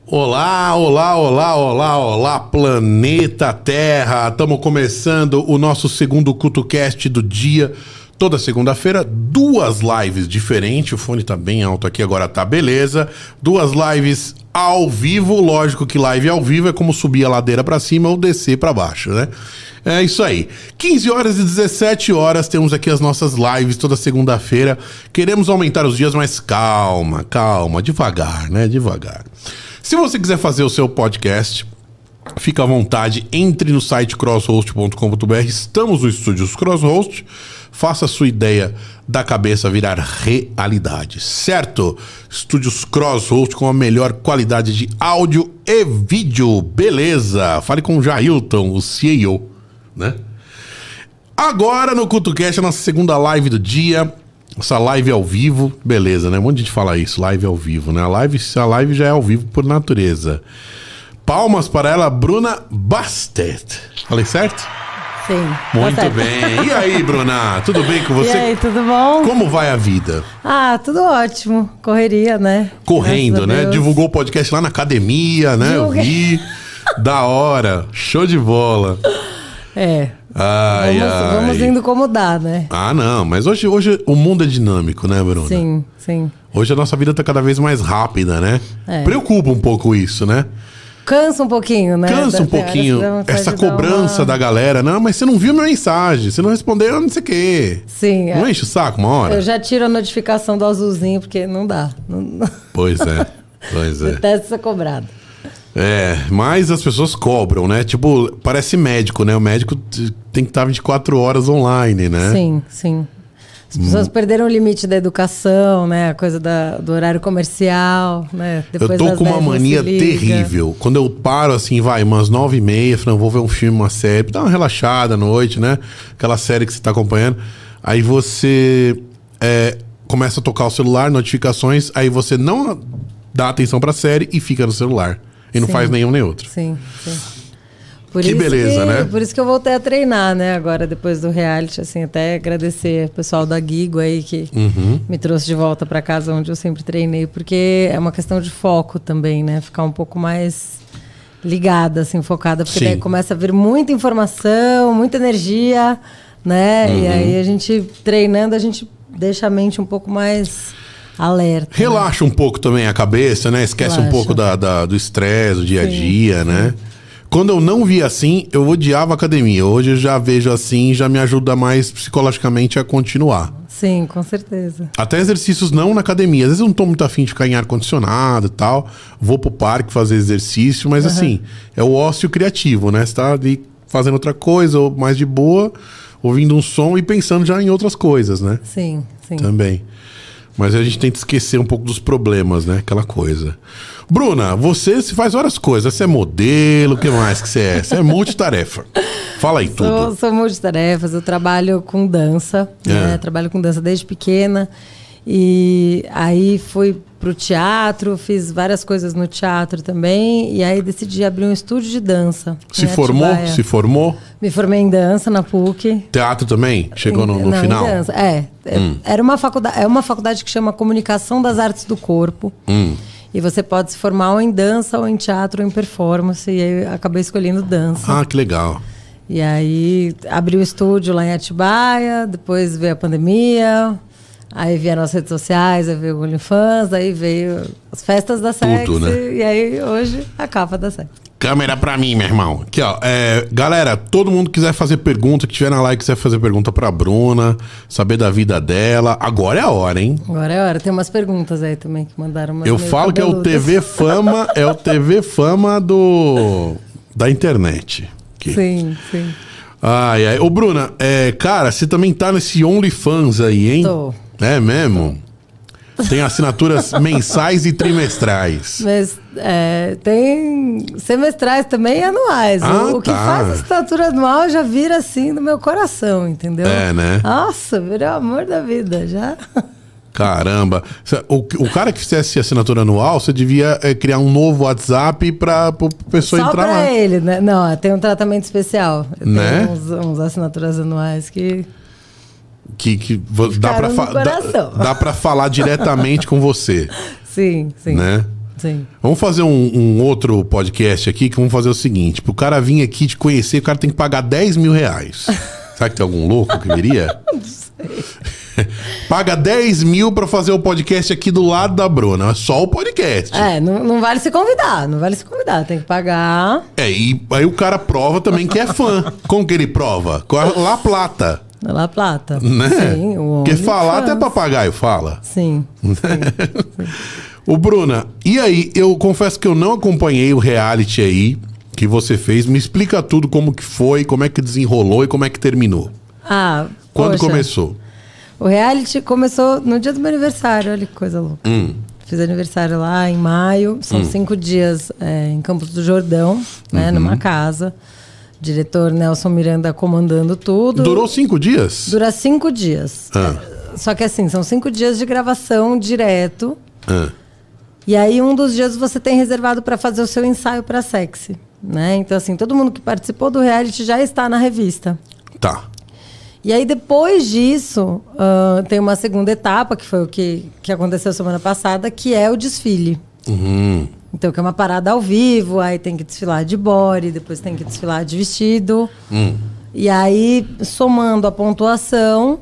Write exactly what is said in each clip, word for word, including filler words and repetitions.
Olá, olá, olá, olá, olá, planeta Terra. Estamos começando o nosso segundo CultoCast do dia. Toda segunda-feira, duas lives diferentes. O fone tá bem alto aqui, agora tá beleza. Duas lives ao vivo. Lógico que live ao vivo é como subir a ladeira pra cima ou descer pra baixo, né? É isso aí. quinze horas e dezessete horas, temos aqui as nossas lives toda segunda-feira. Queremos aumentar os dias, mas calma, calma, devagar, né? Devagar. Se você quiser fazer o seu podcast, fica à vontade, entre no site crosshost ponto com ponto br. Estamos no Estúdios Crosshost. Faça a sua ideia da cabeça virar realidade, certo? Estúdios Crosshost com a melhor qualidade de áudio e vídeo, beleza? Fale com o Jailton, o C E O, né? Agora no CultoCast, a nossa segunda live do dia. Essa live ao vivo, beleza, né? Um monte de gente fala isso, live ao vivo, né? A live, a live já é ao vivo por natureza. Palmas para ela, Bruna Bastet. Falei certo? Sim. Muito tá bem. E aí, Bruna? Tudo bem com você? E aí, tudo bom? Como vai a vida? Ah, tudo ótimo. Correria, né? Correndo, né? Divulgou o podcast lá na academia, né? Divulguei. Eu vi. Da hora. Show de bola. É. Ai, vamos, ai. vamos indo como dá, né? Ah, não. Mas hoje, hoje o mundo é dinâmico, né, Bruna? Sim, sim. Hoje a nossa vida tá cada vez mais rápida, né? É. Preocupa um pouco isso, né? Cansa um pouquinho, né? Cansa um Tem horas pouquinho que dá vontade essa de dar cobrança uma- da galera. Não, mas você não viu minha mensagem, você não respondeu, não sei o quê. Sim, Não é. enche o saco uma hora? Eu já tiro a notificação do azulzinho, porque não dá. Não, não... Pois é, pois é. Detesto ser cobrado. É, mas as pessoas cobram, né? Tipo, parece médico, né? O médico t- tem que estar vinte e quatro horas online, né? Sim, sim. As pessoas perderam o limite da educação, né? A coisa da, do horário comercial, né? Eu Depois tô das com uma dez não se mania liga. terrível. Quando eu paro assim, vai, umas nove e meia, falando, vou ver um filme, uma série, dá uma relaxada à noite, né? Aquela série que você tá acompanhando. Aí você é, começa a tocar o celular, notificações, aí você não dá atenção pra série e fica no celular. E não Sim. faz nenhum nem outro. Sim, sim. Por Que isso beleza, que- né? Por isso que eu voltei a treinar, né? Agora, depois do reality, assim, até agradecer o pessoal da Gigo aí que Uhum. me trouxe de volta para casa onde eu sempre treinei, porque é uma questão de foco também, né? Ficar um pouco mais ligada, assim, focada, porque Sim. daí começa a vir muita informação, muita energia, né? Uhum. E aí a gente treinando, a gente deixa a mente um pouco mais alerta. né? Relaxa um pouco também a cabeça, né? Esquece um Relaxa. pouco da, da- do estresse, do dia a Sim, dia, né? Quando eu não via assim, eu odiava a academia. Hoje eu já vejo assim, já me ajuda mais psicologicamente a continuar. Sim, com certeza. Até exercícios não na academia. Às vezes eu não tô muito afim de ficar em ar-condicionado e tal. Vou pro parque fazer exercício, mas assim, é o ócio criativo, né? Você tá ali fazendo outra coisa, ou mais de boa, ouvindo um som e pensando já em outras coisas, né? Sim, sim. Também. Mas a gente tenta esquecer um pouco dos problemas, né? Aquela coisa. Bruna, você se faz várias coisas. Você é modelo, o que mais que você é? Você é multitarefa. Fala aí Sou, tudo. sou multitarefas, eu trabalho com dança, É. né? Trabalho com dança desde pequena. E aí fui pro teatro, fiz várias coisas no teatro também. E aí decidi abrir um estúdio de dança. Se em formou? Atibaia. Se formou? Me formei em dança na P U C. Teatro também? Chegou no, no Não, em final? dança. É. é- Hum. Era uma faculdade, é uma faculdade que chama Comunicação das Artes do Corpo. Hum. E você pode se formar ou em dança, ou em teatro, ou em performance. E aí eu acabei escolhendo dança. Ah, que legal. E aí abri o estúdio lá em Atibaia, depois veio a pandemia, aí vieram as redes sociais, aí veio o OnlyFans, aí veio as festas da Sexy, Tudo, né? e aí hoje a capa da Sexy. Câmera pra mim, meu irmão. Aqui, ó. É, galera, todo mundo que quiser fazer pergunta, que tiver na live, quiser fazer pergunta pra Bruna, saber da vida dela, agora é a hora, hein? Agora é hora, tem umas perguntas aí também que mandaram umas Eu meio falo que é o cabeludas. T V Fama, é o T V Fama do da internet. Aqui. Sim, sim. Ai, ai. Ô, Bruna, é, cara, você também tá nesse OnlyFans aí, hein? Tô. É mesmo? Tem assinaturas mensais e trimestrais. Mas é, tem semestrais também e anuais. Ah, o, o que tá. faz assinatura anual já vira assim no meu coração, entendeu? É, né? Nossa, virou amor da vida, já. Caramba. O, o cara que fizesse assinatura anual, você devia é, criar um novo WhatsApp pra, pra pessoa Só entrar pra lá. ele, né? Não, tem um tratamento especial. Eu Né? tenho uns, uns assinaturas anuais que... Que, que vo- dá, pra Ficaram no fa- dá, coração. dá pra falar diretamente com você, Sim, sim. né? Sim. Vamos fazer um, um outro podcast aqui que vamos fazer o seguinte. Pro cara vir aqui te conhecer, o cara tem que pagar dez mil reais. Será que tem algum louco que viria? Não sei. Paga dez mil pra fazer o podcast aqui do lado da Bruna. É só o podcast. É, não, não vale se convidar. Não vale se convidar. Tem que pagar. É, e aí o cara prova também que é fã. Como que ele prova? Com a La Plata. La Plata. Né? Sim, o Porque falar até papagaio fala. Sim. sim, sim. Ô, Bruna, e aí? Eu confesso que eu não acompanhei o reality aí que você fez. Me explica tudo, como que foi, como é que desenrolou e como é que terminou. Ah, Quando poxa, começou? O reality começou no dia do meu aniversário. Olha que coisa louca. Hum. Fiz aniversário lá em maio. São hum. cinco dias é, em Campos do Jordão, né, uhum. numa casa. Diretor Nelson Miranda comandando tudo. Durou cinco dias? Dura cinco dias. Ah. Só que assim, são cinco dias de gravação direto. Ah. E aí um dos dias você tem reservado para fazer o seu ensaio para Sexy, né? Então assim, todo mundo que participou do reality já está na revista. Tá. E aí depois disso, uh, tem uma segunda etapa, que foi o que, que aconteceu semana passada, que é o desfile. Uhum. Então, que é uma parada ao vivo, aí tem que desfilar de body, depois tem que desfilar de vestido. Hum. E aí, somando a pontuação,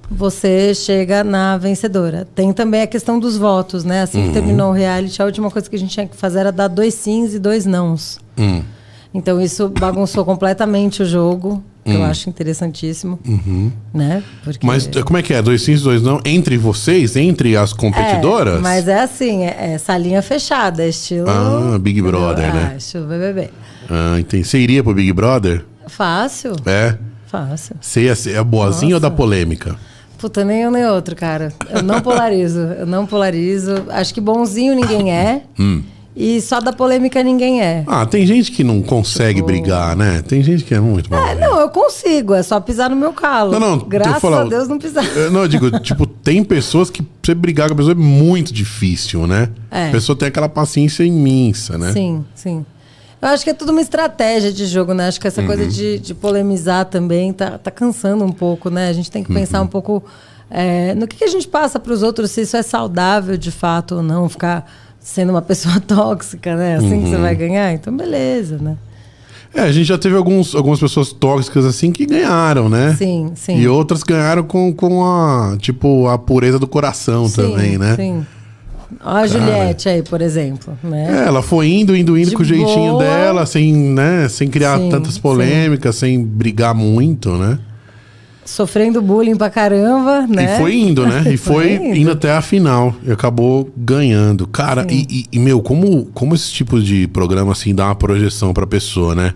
você chega na vencedora. Tem também a questão dos votos, né? Assim uhum. que terminou o reality, a última coisa que a gente tinha que fazer era dar dois sims e dois nãos. Hum. Então, isso bagunçou completamente o jogo, que hum. eu acho interessantíssimo. Uhum. Né? Porque... Mas como é que é? Dois sims, dois não? Entre vocês? Entre as competidoras? É, mas é assim, é, é salinha fechada, estilo... Ah, Big Brother, ah, né? estilo B B B. Ah, entendi. Você iria pro Big Brother? Fácil. É? Fácil. Você ia ser a boazinha ou da polêmica? Puta, nem um nem outro, cara. Eu não polarizo. Eu não polarizo. Acho que bonzinho ninguém é. Hum. E só da polêmica ninguém é. Ah, tem gente que não consegue tipo... brigar, né? Tem gente que é muito mal. É, não, eu consigo. É só pisar no meu calo. Não, não. Graças falar, a Deus não pisar. Eu, não, eu digo, tipo, tem pessoas que você brigar com a pessoa é muito difícil, né? É. A pessoa tem aquela paciência imensa, né? Sim, sim. Eu acho que é tudo uma estratégia de jogo, né? Acho que essa uhum. coisa de, de polemizar também tá, tá cansando um pouco, né? A gente tem que pensar uhum. um pouco é, no que, que a gente passa para os outros, se isso é saudável de fato ou não, ficar sendo uma pessoa tóxica, né? Assim uhum. que você vai ganhar, então beleza, né? É, a gente já teve alguns, algumas pessoas tóxicas assim que ganharam, né? Sim, sim. E outras ganharam com, com a, tipo, a pureza do coração sim, também, né? Sim. Olha a Juliette aí, por exemplo, né? É, ela foi indo, indo, indo de com o jeitinho boa. dela, sem, né, sem criar sim, tantas polêmicas, sim. sem brigar muito, né? Sofrendo bullying pra caramba, né? E foi indo, né? E foi, foi indo. indo até a final. E acabou ganhando. Cara, e, e, e, meu, como, como esse tipo de programa, assim, dá uma projeção pra pessoa, né?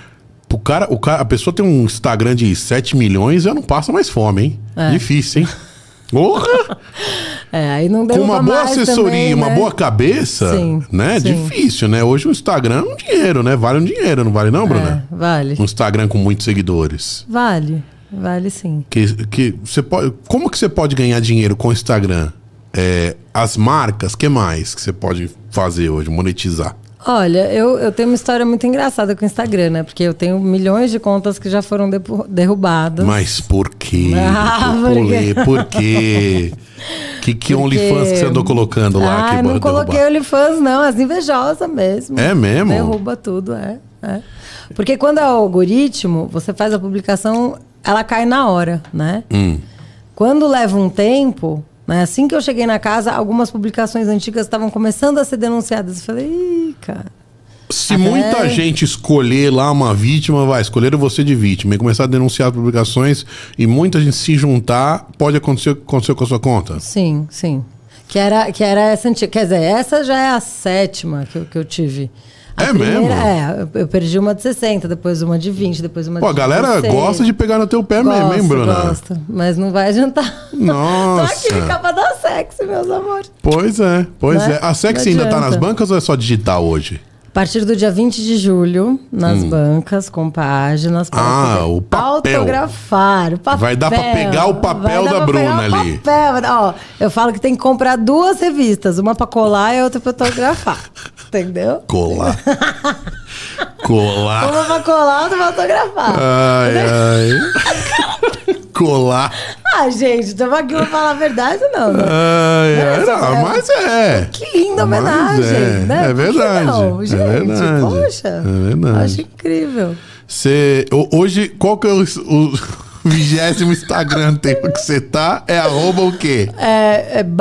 O cara, o cara, a pessoa tem um Instagram de sete milhões e ela não passa mais fome, hein? É. Difícil, hein? Porra! É, aí não com uma boa assessoria também, e uma né? boa cabeça, sim, né? Sim. Difícil, né? Hoje o Instagram é um dinheiro, né? Vale um dinheiro, não vale não, Bruna? É, vale. Um Instagram com muitos seguidores. Vale, vale sim. Que, que você pode, como que você pode ganhar dinheiro com o Instagram? É, as marcas, que mais que você pode fazer hoje, monetizar? Olha, eu, eu tenho uma história muito engraçada com o Instagram, né? Porque eu tenho milhões de contas que já foram derrubadas. Mas por quê? Ah, porque... Por quê? Que, que porque... OnlyFans que você andou colocando lá? Ah, que não coloquei derrubar? OnlyFans, não. As invejosas mesmo. É mesmo? Derruba tudo, é, é. Porque quando é o algoritmo, você faz a publicação, ela cai na hora, né? Hum. Quando leva um tempo... Assim que eu cheguei na casa, algumas publicações antigas estavam começando a ser denunciadas. Eu falei, ih, cara. Se até... muita gente escolher lá uma vítima, vai, escolher você de vítima e começar a denunciar as publicações e muita gente se juntar, pode acontecer, acontecer com a sua conta? Sim, sim. Que era, que era essa antiga. Quer dizer, essa já é a sétima que eu, que eu tive. A é primeira, mesmo? É, eu perdi uma de sessenta, depois uma de vinte, depois uma Pô, de dezesseis. Pô, a galera gosta de pegar no teu pé gosta, mesmo, hein, Bruna? Gosta, mas não vai adiantar. Nossa. Tô aqui capa da Sexy, meus amores. Pois é, pois né? é. A Sexy ainda tá nas bancas ou é só digital hoje? A partir do dia vinte de julho, nas hum. bancas, com páginas. Ah, o papel. Autografar, o papel. Vai dar pra pegar o papel da Bruna ali. Papel. Ó, eu falo que tem que comprar duas revistas, uma pra colar e outra pra autografar. Entendeu? Colar. Colar. Uma pra colar, outra pra autografar. Ai, ai. colar. Ah, gente, estamos aqui pra falar a verdade ou não, né? Ai, Não, ai, não, é- mas é. Que linda Mas homenagem, é, né? é Por que verdade, não, é gente, verdade, poxa. é verdade. Acho incrível. Você, ho- hoje, qual que é o, o vigésimo Instagram tempo que você tá? É arroba o quê? É, é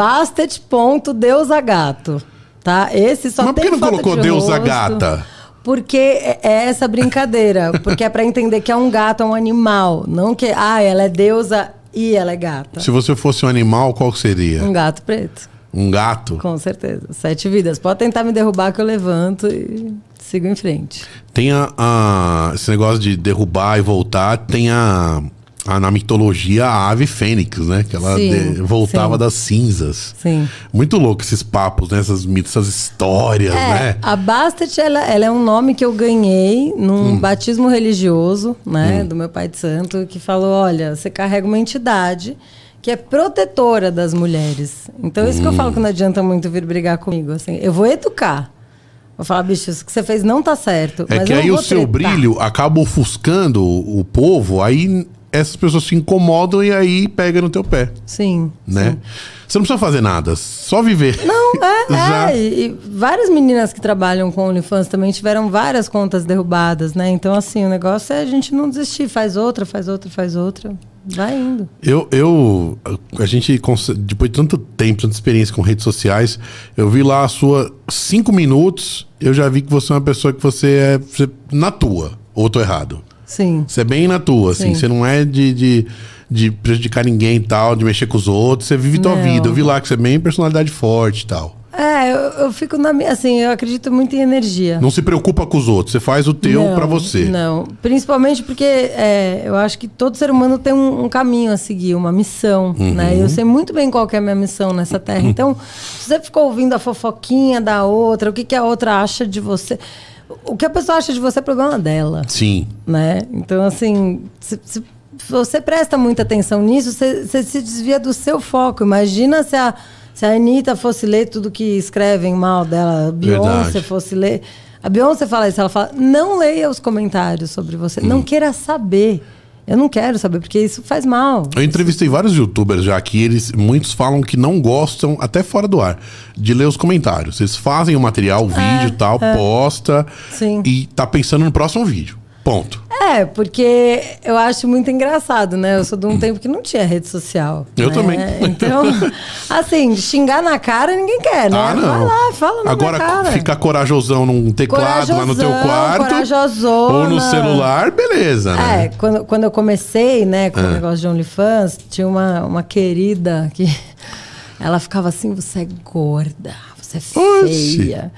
bastet.deusagato, tá? Esse só Mas por tem que não foto colocou de Deusa rosto, Gata? Porque é é essa brincadeira. Porque é pra entender que é um gato, é um animal. Não que, ah, ela é deusa e ela é gata. Se você fosse um animal, qual seria? Um gato preto, Um gato? com certeza. Sete vidas. Pode tentar me derrubar que eu levanto e sigo em frente. Tem a, a- esse negócio de derrubar e voltar, tem a, a- na mitologia a ave fênix, né? Que ela Sim, de- voltava sim. das cinzas. Sim. Muito louco esses papos, né? Essas, mitos, essas histórias, É, né? a Bastet, ela, ela é um nome que eu ganhei num batismo religioso, né, do meu pai de santo, que falou, olha, você carrega uma entidade que é protetora das mulheres. Então, isso que eu falo que não adianta muito vir brigar comigo, assim, eu vou educar. Vou falar, bicho, isso que você fez não tá certo. É mas que eu não aí o vou seu tretar. brilho acaba ofuscando o, o povo, aí essas pessoas se incomodam e aí pega no teu pé, Sim, né? sim. Você não precisa fazer nada, só viver. Não, é, Já. é. E, e várias meninas que trabalham com OnlyFans também tiveram várias contas derrubadas, né? Então, assim, o negócio é a gente não desistir. Faz outra, faz outra, faz outra. Vai indo. Eu, eu, a gente, cons- depois de tanto tempo, tanta experiência com redes sociais, eu vi lá a sua cinco minutos, eu já vi que você é uma pessoa que você é você- na tua, ou eu tô errado? Sim. Você é bem na tua, assim, Sim. você não é de, de, de prejudicar ninguém e tal, de mexer com os outros, você vive tua Não. vida. Eu vi lá que você é bem personalidade forte e tal. É, eu, eu fico na minha. Assim, eu acredito muito em energia. Não se preocupa com os outros, você faz o teu Não, pra você. Não, principalmente porque é, eu acho que todo ser humano tem um, um caminho a seguir, uma missão, Uhum. né? Eu sei muito bem qual que é a minha missão nessa terra. Então, se você ficou ouvindo a fofoquinha da outra, o que, que a outra acha de você... O que a pessoa acha de você é problema dela, Sim. né? Então, assim, se, se você presta muita atenção nisso, você, você se desvia do seu foco. Imagina se a, se a Anitta fosse ler tudo que escrevem mal dela, a Beyoncé Verdade. fosse ler... A Beyoncé fala isso, ela fala, não leia os comentários sobre você, Hum. não queira saber. Eu não quero saber, porque isso faz mal. Eu entrevistei vários youtubers já que eles, muitos falam que não gostam, até fora do ar, de ler os comentários. Eles fazem o material, o vídeo e tal, posta Sim. e tá pensando no próximo vídeo. Ponto. É, porque eu acho muito engraçado, né? Eu sou de um tempo que não tinha rede social. Eu né? também. Então, assim, xingar na cara ninguém quer, né? Ah, não. Vai lá, fala na Agora, minha cara. ficar corajosão num teclado lá no teu Corajosão, quarto corajosona. ou no celular, beleza, né? É, quando, quando eu comecei, né, com o Ah. negócio de OnlyFans, tinha uma, uma querida que ela ficava assim, você é gorda, você é Oxi. feia.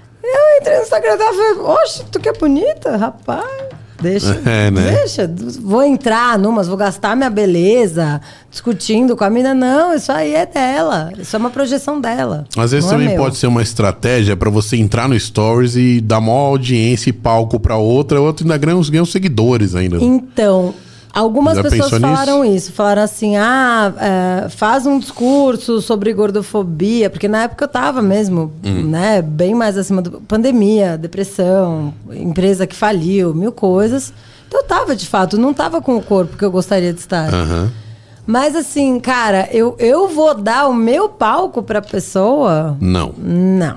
Eu entrei no Instagram dela e falei, oxe, tu que é bonita, rapaz. Deixa, É, né? deixa. Vou entrar numas, vou gastar minha beleza discutindo com a mina. Não, isso aí é dela. Isso é uma projeção dela. Às vezes não é também meu. pode ser uma estratégia pra você entrar no Stories e dar maior audiência e palco pra outra, outra ainda ganha uns, ganha uns seguidores ainda. Então, algumas Já pessoas pensou falaram isso. Falaram assim, ah, é, faz um discurso sobre gordofobia. Porque na época eu tava mesmo, Hum. né, bem mais acima do... Pandemia, depressão, empresa que faliu, mil coisas. Então eu tava, de fato, não tava com o corpo que eu gostaria de estar. Aham. Mas assim, cara, eu, eu vou dar o meu palco pra pessoa... Não. Não.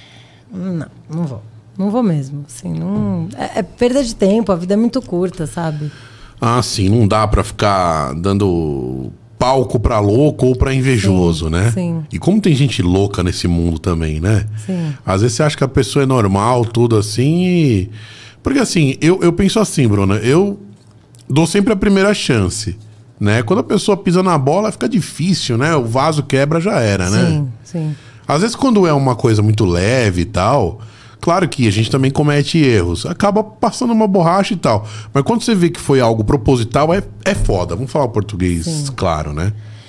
Não, não vou. Não vou mesmo. Assim, não... é, é perda de tempo, a vida é muito curta, sabe? Ah, sim, não dá pra ficar dando palco pra louco ou pra invejoso, Sim, né? sim. E como tem gente louca nesse mundo também, né? Sim. Às vezes você acha que a pessoa é normal, tudo assim e... Porque assim, eu, eu penso assim, Bruna, eu dou sempre a primeira chance, né? Quando a pessoa pisa na bola, fica difícil, né? O vaso quebra, já era, né? Sim, sim. Às vezes quando é uma coisa muito leve e tal... Claro que a gente também comete erros. Acaba passando uma borracha e tal. Mas quando você vê que foi algo proposital, é, é foda. Vamos falar o português, Sim. claro, né?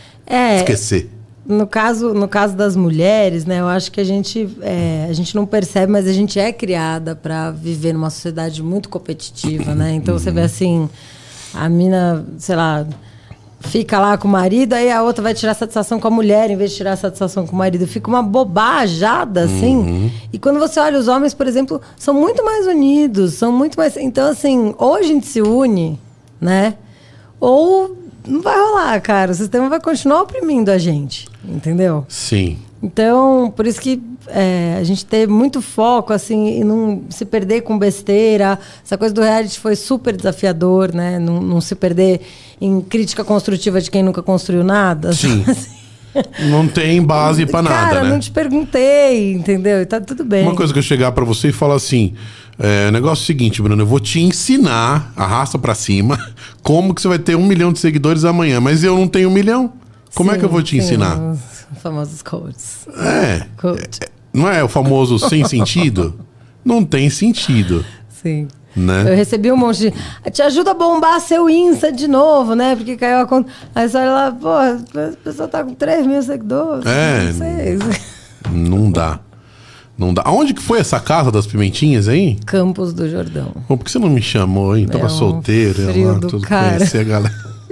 É, Esquecer. no caso, no caso das mulheres, né, eu acho que a gente, é, a gente não percebe, mas a gente é criada para viver numa sociedade muito competitiva, né? Então você vê assim, a mina, sei lá, fica lá com o marido, aí a outra vai tirar satisfação com a mulher em vez de tirar satisfação com o marido. Fica uma bobajada, assim. Uhum. E quando você olha os homens, por exemplo, são muito mais unidos, são muito mais... Então, assim, ou a gente se une, né? Ou não vai rolar, cara. O sistema vai continuar oprimindo a gente, entendeu? Sim. Então, por isso que é, a gente ter muito foco, assim, e não se perder com besteira. Essa coisa do reality foi super desafiador, né? Não, não se perder em crítica construtiva de quem nunca construiu nada. Sim. Não tem base pra nada, Cara, né? não te perguntei, entendeu? E tá tudo bem. Uma coisa que eu chegar pra você e falar assim, é, o negócio é o seguinte, Bruno, eu vou te ensinar, arrasta pra cima, como que você vai ter um milhão de seguidores amanhã, mas eu não tenho um milhão. Como sim, é que eu vou te sim, ensinar? Os famosos coaches. É, Coach. é, não é o famoso sem sentido? Não tem sentido, Sim. né? Eu recebi um monte de... Te ajuda a bombar seu Insta de novo, né? Porque caiu a conta... Aí você olha lá, pô, a pessoa tá com três mil seguidores. É, Não sei. não dá. Não dá. Aonde que foi essa casa das pimentinhas aí? Campos do Jordão. Pô, por que você não me chamou, hein? Tava É um solteiro, eu frio lá, do tudo cara. conhecer a galera.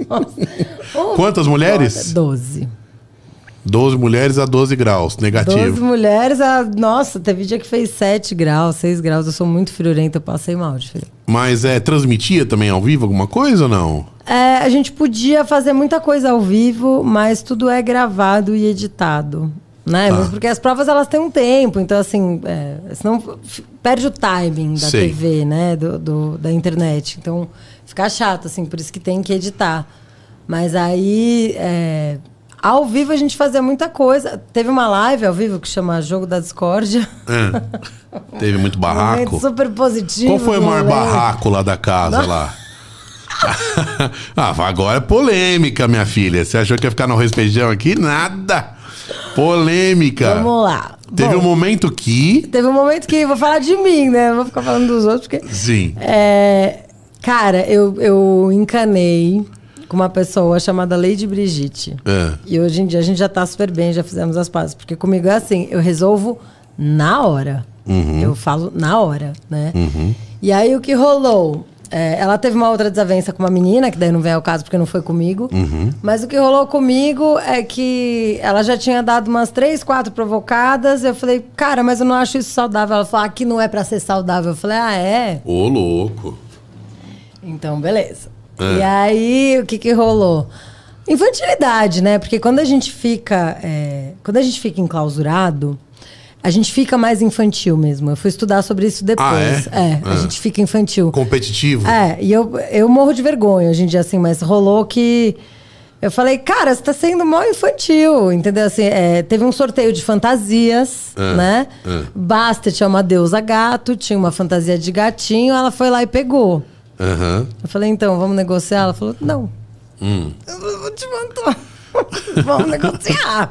Oh, Quantas mulheres? doze. doze mulheres a doze graus, negativo. doze mulheres, a... nossa, teve dia que fez sete graus, seis graus. Eu sou muito friorenta, eu passei mal de frio. Mas é, transmitia também ao vivo alguma coisa ou não? É, a gente podia fazer muita coisa ao vivo, mas tudo é gravado e editado. Né? Tá. Mas porque as provas elas têm um tempo, então assim, é, senão f- perde o timing da Sei. T V, né? Do, do- da internet. Então fica chato, assim, por isso que tem que editar. Mas aí, é, ao vivo a gente fazia muita coisa. Teve uma live ao vivo que chama Jogo da Discórdia. É. Teve muito Um barraco. momento super positivo. Qual foi o maior rolê. barraco lá da casa Não. lá? Ah, agora é polêmica, minha filha. Você achou que ia ficar no arroz e feijão aqui? Nada. Polêmica. Vamos lá. Teve Bom, um momento que... Teve um momento que vou falar de mim, né? Não vou ficar falando dos outros, porque. Sim. É, cara, eu, eu encanei com uma pessoa chamada Lady Brigitte. É. E hoje em dia a gente já tá super bem, já fizemos as pazes. Porque comigo é assim, eu resolvo na hora. Uhum. Eu falo na hora, né? E aí o que rolou? É, ela teve uma outra desavença com uma menina, que daí não vem ao caso porque não foi comigo. Uhum. Mas o que rolou comigo é que ela já tinha dado umas três, quatro provocadas. Eu falei, cara, mas eu não acho isso saudável. Ela falou, aqui não é pra ser saudável. Eu falei, ah, é? Ô, louco. Então, beleza. É. E aí, o que que rolou? Infantilidade, né? Porque quando a gente fica... é, quando a gente fica enclausurado, a gente fica mais infantil mesmo. Eu fui estudar sobre isso depois. Ah, é? É, a É. gente fica infantil. Competitivo. É, e eu, eu morro de vergonha hoje em dia, assim, mas rolou que... Eu falei, cara, você tá sendo mó infantil, entendeu? Assim, é, teve um sorteio de fantasias, É, né? é. Basta tinha uma deusa gato, tinha uma fantasia de gatinho, ela foi lá e pegou. Aham. Eu falei, então, vamos negociar? Ela falou, não. Hum. Eu vou te mandar. Vamos negociar.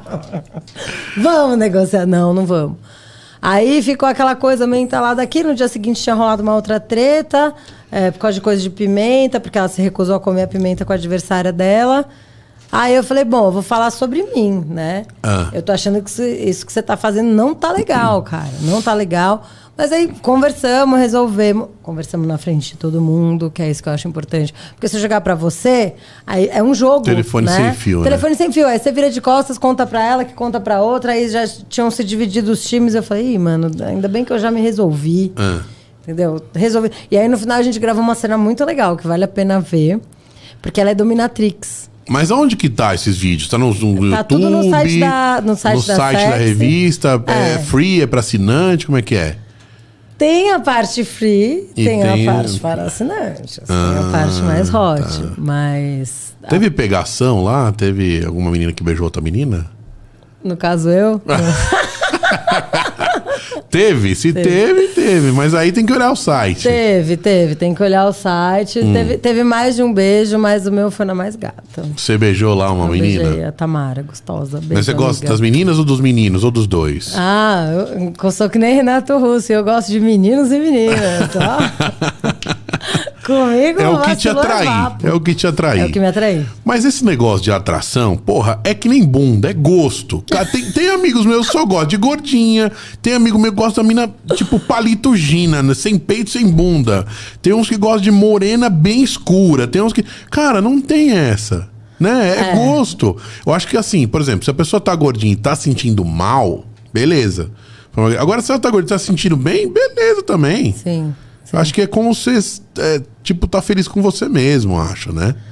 Vamos negociar. Não, não vamos. Aí ficou aquela coisa meio entalada aqui. No dia seguinte tinha rolado uma outra treta, é, por causa de coisa de pimenta, porque ela se recusou a comer a pimenta com a adversária dela. Aí eu falei, bom, eu vou falar sobre mim, né? Ah. Eu tô achando que isso, isso que você tá fazendo não tá legal, cara. Não tá legal. Mas aí conversamos, resolvemos. Conversamos na frente de todo mundo, que é isso que eu acho importante. Porque se eu jogar pra você, aí é um jogo. Telefone né? sem fio, né? Telefone sem fio. Aí você vira de costas, conta pra ela, que conta pra outra. Aí já tinham se dividido os times. Eu falei, ih, mano, ainda bem que eu já me resolvi. Ah. Entendeu? Resolvi. E aí no final a gente gravou uma cena muito legal, que vale a pena ver. Porque ela é dominatrix. Mas aonde que tá esses vídeos? Tá no, no Tá YouTube? tudo no site da- no site da site da Sexy. revista? É. É. free? É pra assinante? Como é que é? Tem a parte free, E tem, tem- a parte para assinantes. Assim, Ah, a parte mais hot. tá. Mas, Teve pegação lá? Teve alguma menina que beijou outra menina? no caso eu... Teve? Se teve. teve, Mas aí tem que olhar o site. Teve, teve. Tem que olhar o site. Hum. Teve, teve mais de um beijo, mas o meu foi na mais gata. Você beijou lá uma eu menina? beijei a Tamara, gostosa. Beijo, Mas você gosta amiga. das meninas ou dos meninos? Ou dos dois? Ah, eu, eu sou que nem Renato Russo. Eu gosto de meninos e meninas, tá? Comigo É o que te vacilou, é atrai. vapo. É o que te atrai. É o que me atrai. Mas esse negócio de atração, porra, é que nem bunda, é gosto. Cara, tem, tem amigos meus que só gostam de gordinha, tem amigo meu que gosta da mina, tipo, palito Gina, né? Sem peito, sem bunda. Tem uns que gostam de morena bem escura, tem uns que... Cara, não tem essa, né? É, É. gosto. Eu acho que assim, por exemplo, se a pessoa tá gordinha e tá sentindo mal, beleza. Agora, se ela tá gordinha e tá se sentindo bem, beleza também. Sim. Eu acho que é como você, é, tipo, tá feliz com você mesmo, acho, né?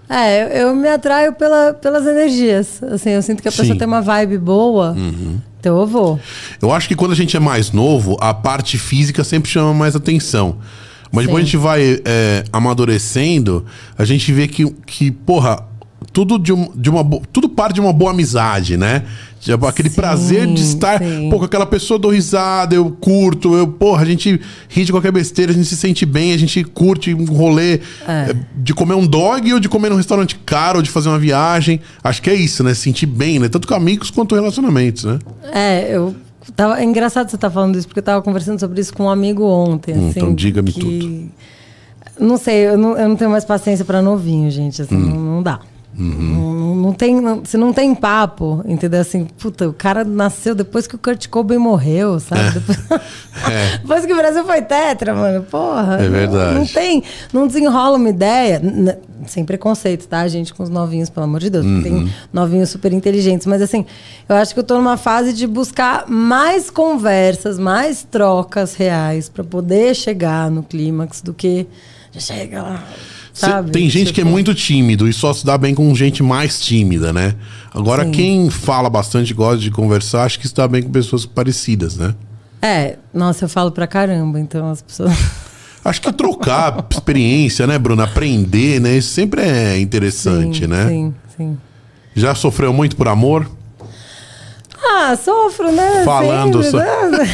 É, eu, eu me atraio pela, pelas energias. Assim, eu sinto que a pessoa Sim. tem uma vibe boa, Uhum. então eu vou. Eu acho que quando a gente é mais novo, a parte física sempre chama mais atenção. Mas Sim. depois a gente vai é, amadurecendo, a gente vê que, que porra, tudo, de, um, de uma, bo- tudo parte de uma boa amizade, né? Tipo, aquele Sim, prazer de estar, sim. pô, com aquela pessoa, eu dou risada, eu curto, eu, porra, a gente ri de qualquer besteira, a gente se sente bem, a gente curte um rolê É. é, de comer um dog ou de comer num restaurante caro, ou de fazer uma viagem. Acho que é isso, né? Se sentir bem, né? Tanto com amigos quanto relacionamentos, né? É, eu tava, é engraçado você estar falando isso, porque eu tava conversando sobre isso com um amigo ontem. Hum, assim, então diga-me que- tudo. Não sei, eu não, eu não tenho mais paciência pra novinho, gente. Assim, Hum. não, não dá. Uhum. Não, não tem, não- se não tem papo, entendeu? Assim, puta, o cara nasceu depois que o Kurt Cobain morreu, sabe? Depois, É. depois que o Brasil foi tetra, mano. Porra. É verdade. Não, não tem, não desenrola uma ideia. N- sem preconceito, tá, gente? Com os novinhos, pelo amor de Deus. Uhum. Tem novinhos super inteligentes. Mas assim, eu acho que eu tô numa fase de buscar mais conversas, mais trocas reais pra poder chegar no clímax do que já chega lá. Cê- Sabe? Tem gente que é Tipo, muito tímido e só se dá bem com gente mais tímida, né? Agora, Sim. quem fala bastante, gosta de conversar, acho que se dá bem com pessoas parecidas, né? É, nossa, eu falo pra caramba, então as pessoas. Acho que trocar experiência, né, Bruna? Aprender, né? Isso sempre é interessante, sim, né? Sim, sim. Já sofreu muito por amor? Ah, sofro, né? Falando Sempre, só- né?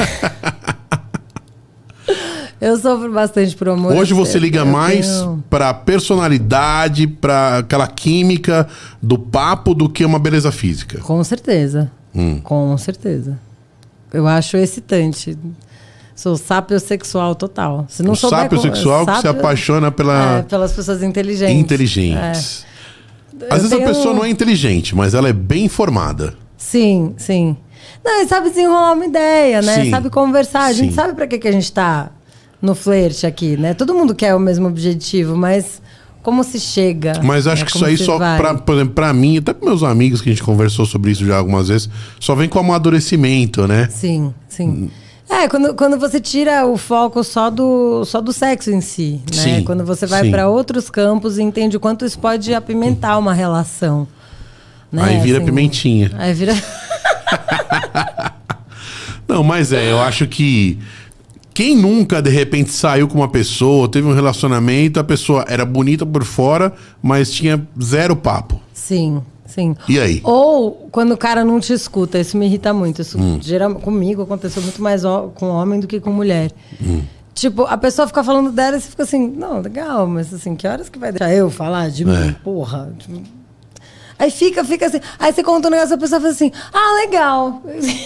Eu sofro bastante por amor. Hoje eu você sei, liga eu mais tenho- pra personalidade, pra aquela química do papo do que uma beleza física. Com certeza. Hum. Com certeza. Eu acho excitante. Sou sapiosexual total. Se não O souber sápio co- sexual que se sápio- apaixona pela É, pelas pessoas inteligentes. inteligentes. É. Às Eu vezes a tenho- pessoa não é inteligente, mas ela é bem informada. Sim, sim. Não, e sabe desenrolar uma ideia, né? Sim. Sabe conversar. A gente Sim. sabe pra que, que a gente tá no flerte aqui, né? Todo mundo quer o mesmo objetivo, mas como se chega? Mas acho né? que Como isso aí se só, vai? pra, por exemplo, pra mim, até pros meus amigos que a gente conversou sobre isso já algumas vezes, só vem com amadurecimento, né? Sim, sim. É, quando, quando você tira o foco só do, só do sexo em si, né? Sim, Quando você vai sim. pra outros campos e entende o quanto isso pode apimentar uma relação. Né? Aí vira Assim, pimentinha. Aí vira... Não, mas é, eu acho que quem nunca, de repente, saiu com uma pessoa, teve um relacionamento, a pessoa era bonita por fora, mas tinha zero papo. Sim, sim. E aí? Ou quando o cara não te escuta, isso me irrita muito. Isso Hum. geral, comigo aconteceu muito mais ó- com homem do que com mulher. Hum. Tipo, a pessoa fica falando dela e você fica assim, não, legal, mas assim, que horas que vai deixar eu falar de mim? É. Porra. Tipo, aí fica, fica assim. Aí você conta um negócio, a pessoa fala assim, ah, legal.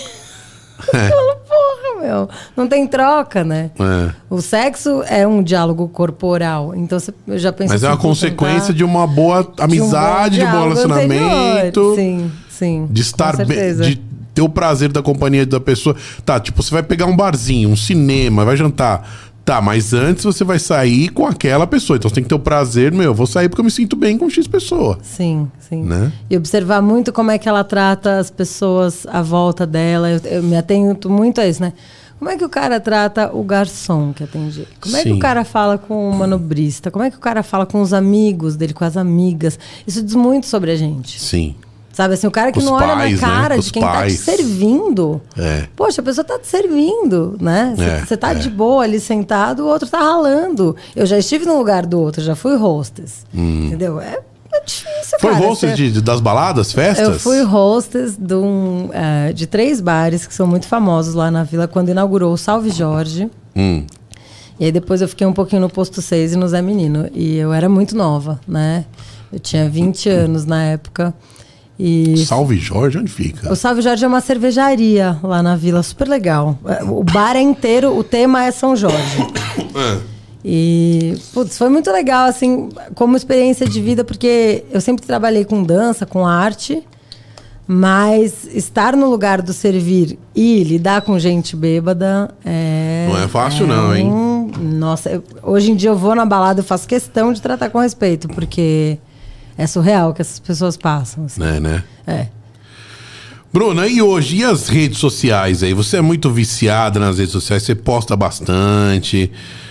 É. Eu falo, porra, meu. Não tem troca, né? É. O sexo é um diálogo corporal. Então você, eu já penso Mas é assim, uma puta, não consequência tá- de uma boa amizade, de um bom diálogo relacionamento. anterior. Sim, sim. De estar com bem, certeza. de ter o prazer da companhia da pessoa. Tá, tipo, você vai pegar um barzinho, um cinema, vai jantar. Tá, mas antes você vai sair com aquela pessoa. Então você tem que ter o prazer, meu, eu vou sair porque eu me sinto bem com X pessoa. Sim, sim. Né? E observar muito como é que ela trata as pessoas à volta dela. Eu, eu me atento muito a isso, né? Como é que o cara trata o garçom que atende ele? Como é que Sim. o cara fala com o manobrista? Como é que o cara fala com os amigos dele, com as amigas? Isso diz muito sobre a gente. Sim. Sabe assim, o cara que Os não olha pais, na cara né? de Os quem tá te pais. servindo. É. Poxa, a pessoa tá te servindo, né? É, Você tá é. de boa ali sentado, o outro tá ralando. Eu já estive no lugar do outro, já fui hostess. Entendeu? É, é difícil, Hum. Foi cara. hostess Você- de, de- das baladas, festas? Eu fui hostess de, um, eh, de três bares que são muito famosos lá na Vila, quando inaugurou o Salve Jorge. Hum. E aí depois eu fiquei um pouquinho no Posto seis e no Zé Menino. E eu era muito nova, né? Eu tinha vinte anos na época. E Salve Jorge, onde fica? o Salve Jorge é uma cervejaria lá na Vila, super legal. O bar é inteiro, o tema é São Jorge. E, putz, foi muito legal, assim, como experiência de vida, porque eu sempre trabalhei com dança, com arte, mas estar no lugar do servir e lidar com gente bêbada é... Não é fácil não, hein? um- Nossa, eu- hoje em dia eu vou na balada, eu faço questão de tratar com respeito, porque é surreal o que essas pessoas passam, assim. É, né? É. Bruna, e hoje? E as redes sociais aí? Você é muito viciada nas redes sociais, você posta bastante.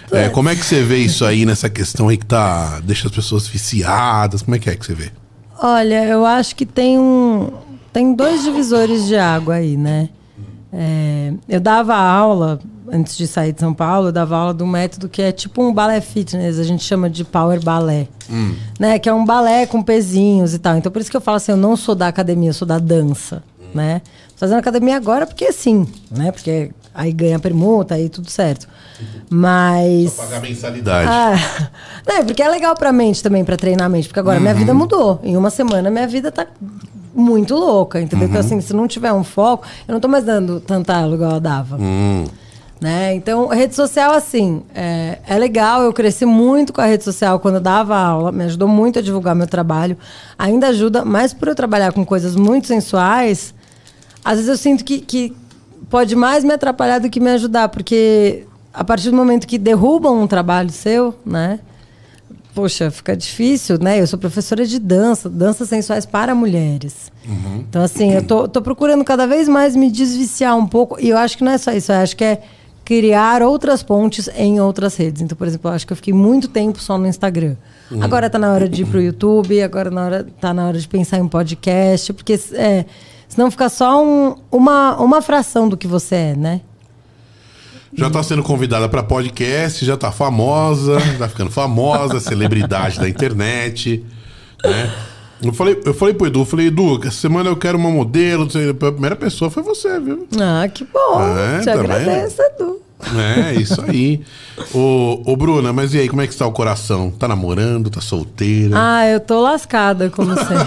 É, como é que você vê isso aí nessa questão aí que tá, deixa as pessoas viciadas? Como é que é que você vê? Olha, eu acho que tem um, tem dois divisores de água aí, né? É, eu dava aula, antes de sair de São Paulo, eu dava aula de um método que é tipo um balé fitness, a gente chama de power balé, hum. né? Que é um balé com pezinhos e tal. Então por isso que eu falo assim, eu não sou da academia, eu sou da dança, hum. né? Tô fazendo academia agora porque sim, né? Porque aí ganha permuta, aí tudo certo. Mas... Só pagar mensalidade. Ah, não, porque é legal pra mente também, pra treinar a mente. Porque agora uhum. minha vida mudou. Em uma semana minha vida tá muito louca, entendeu? Uhum. Então assim, se não tiver um foco, eu não tô mais dando tanta aula igual eu dava. Uhum. Né? Então, rede social, assim, é, é legal. Eu cresci muito com a rede social quando eu dava aula. Me ajudou muito a divulgar meu trabalho. Ainda ajuda, mas por eu trabalhar com coisas muito sensuais, às vezes eu sinto que, que pode mais me atrapalhar do que me ajudar. Porque a partir do momento que derrubam um trabalho seu, né? Poxa, fica difícil, né? Eu sou professora de dança, danças sensuais para mulheres. Uhum. Então, assim, eu tô, tô procurando cada vez mais me desviciar um pouco. E eu acho que não é só isso, eu acho que é criar outras pontes em outras redes. Então, por exemplo, eu acho que eu fiquei muito tempo só no Instagram. Uhum. Agora tá na hora de ir pro YouTube, agora na hora, tá na hora de pensar em podcast, porque é, senão fica só um, uma, uma fração do que você é, né? Já tá sendo convidada para podcast, já tá famosa, tá ficando famosa, celebridade da internet, né? Eu falei, eu falei pro Edu, eu falei, Edu, essa semana eu quero uma modelo, a primeira pessoa foi você, viu? Ah, que bom, é, te agradeço, Edu. É, isso aí. Ô, ô, Bruna, mas e aí, como é que está o coração? Tá namorando, tá solteira? Ah, eu tô lascada, como sempre.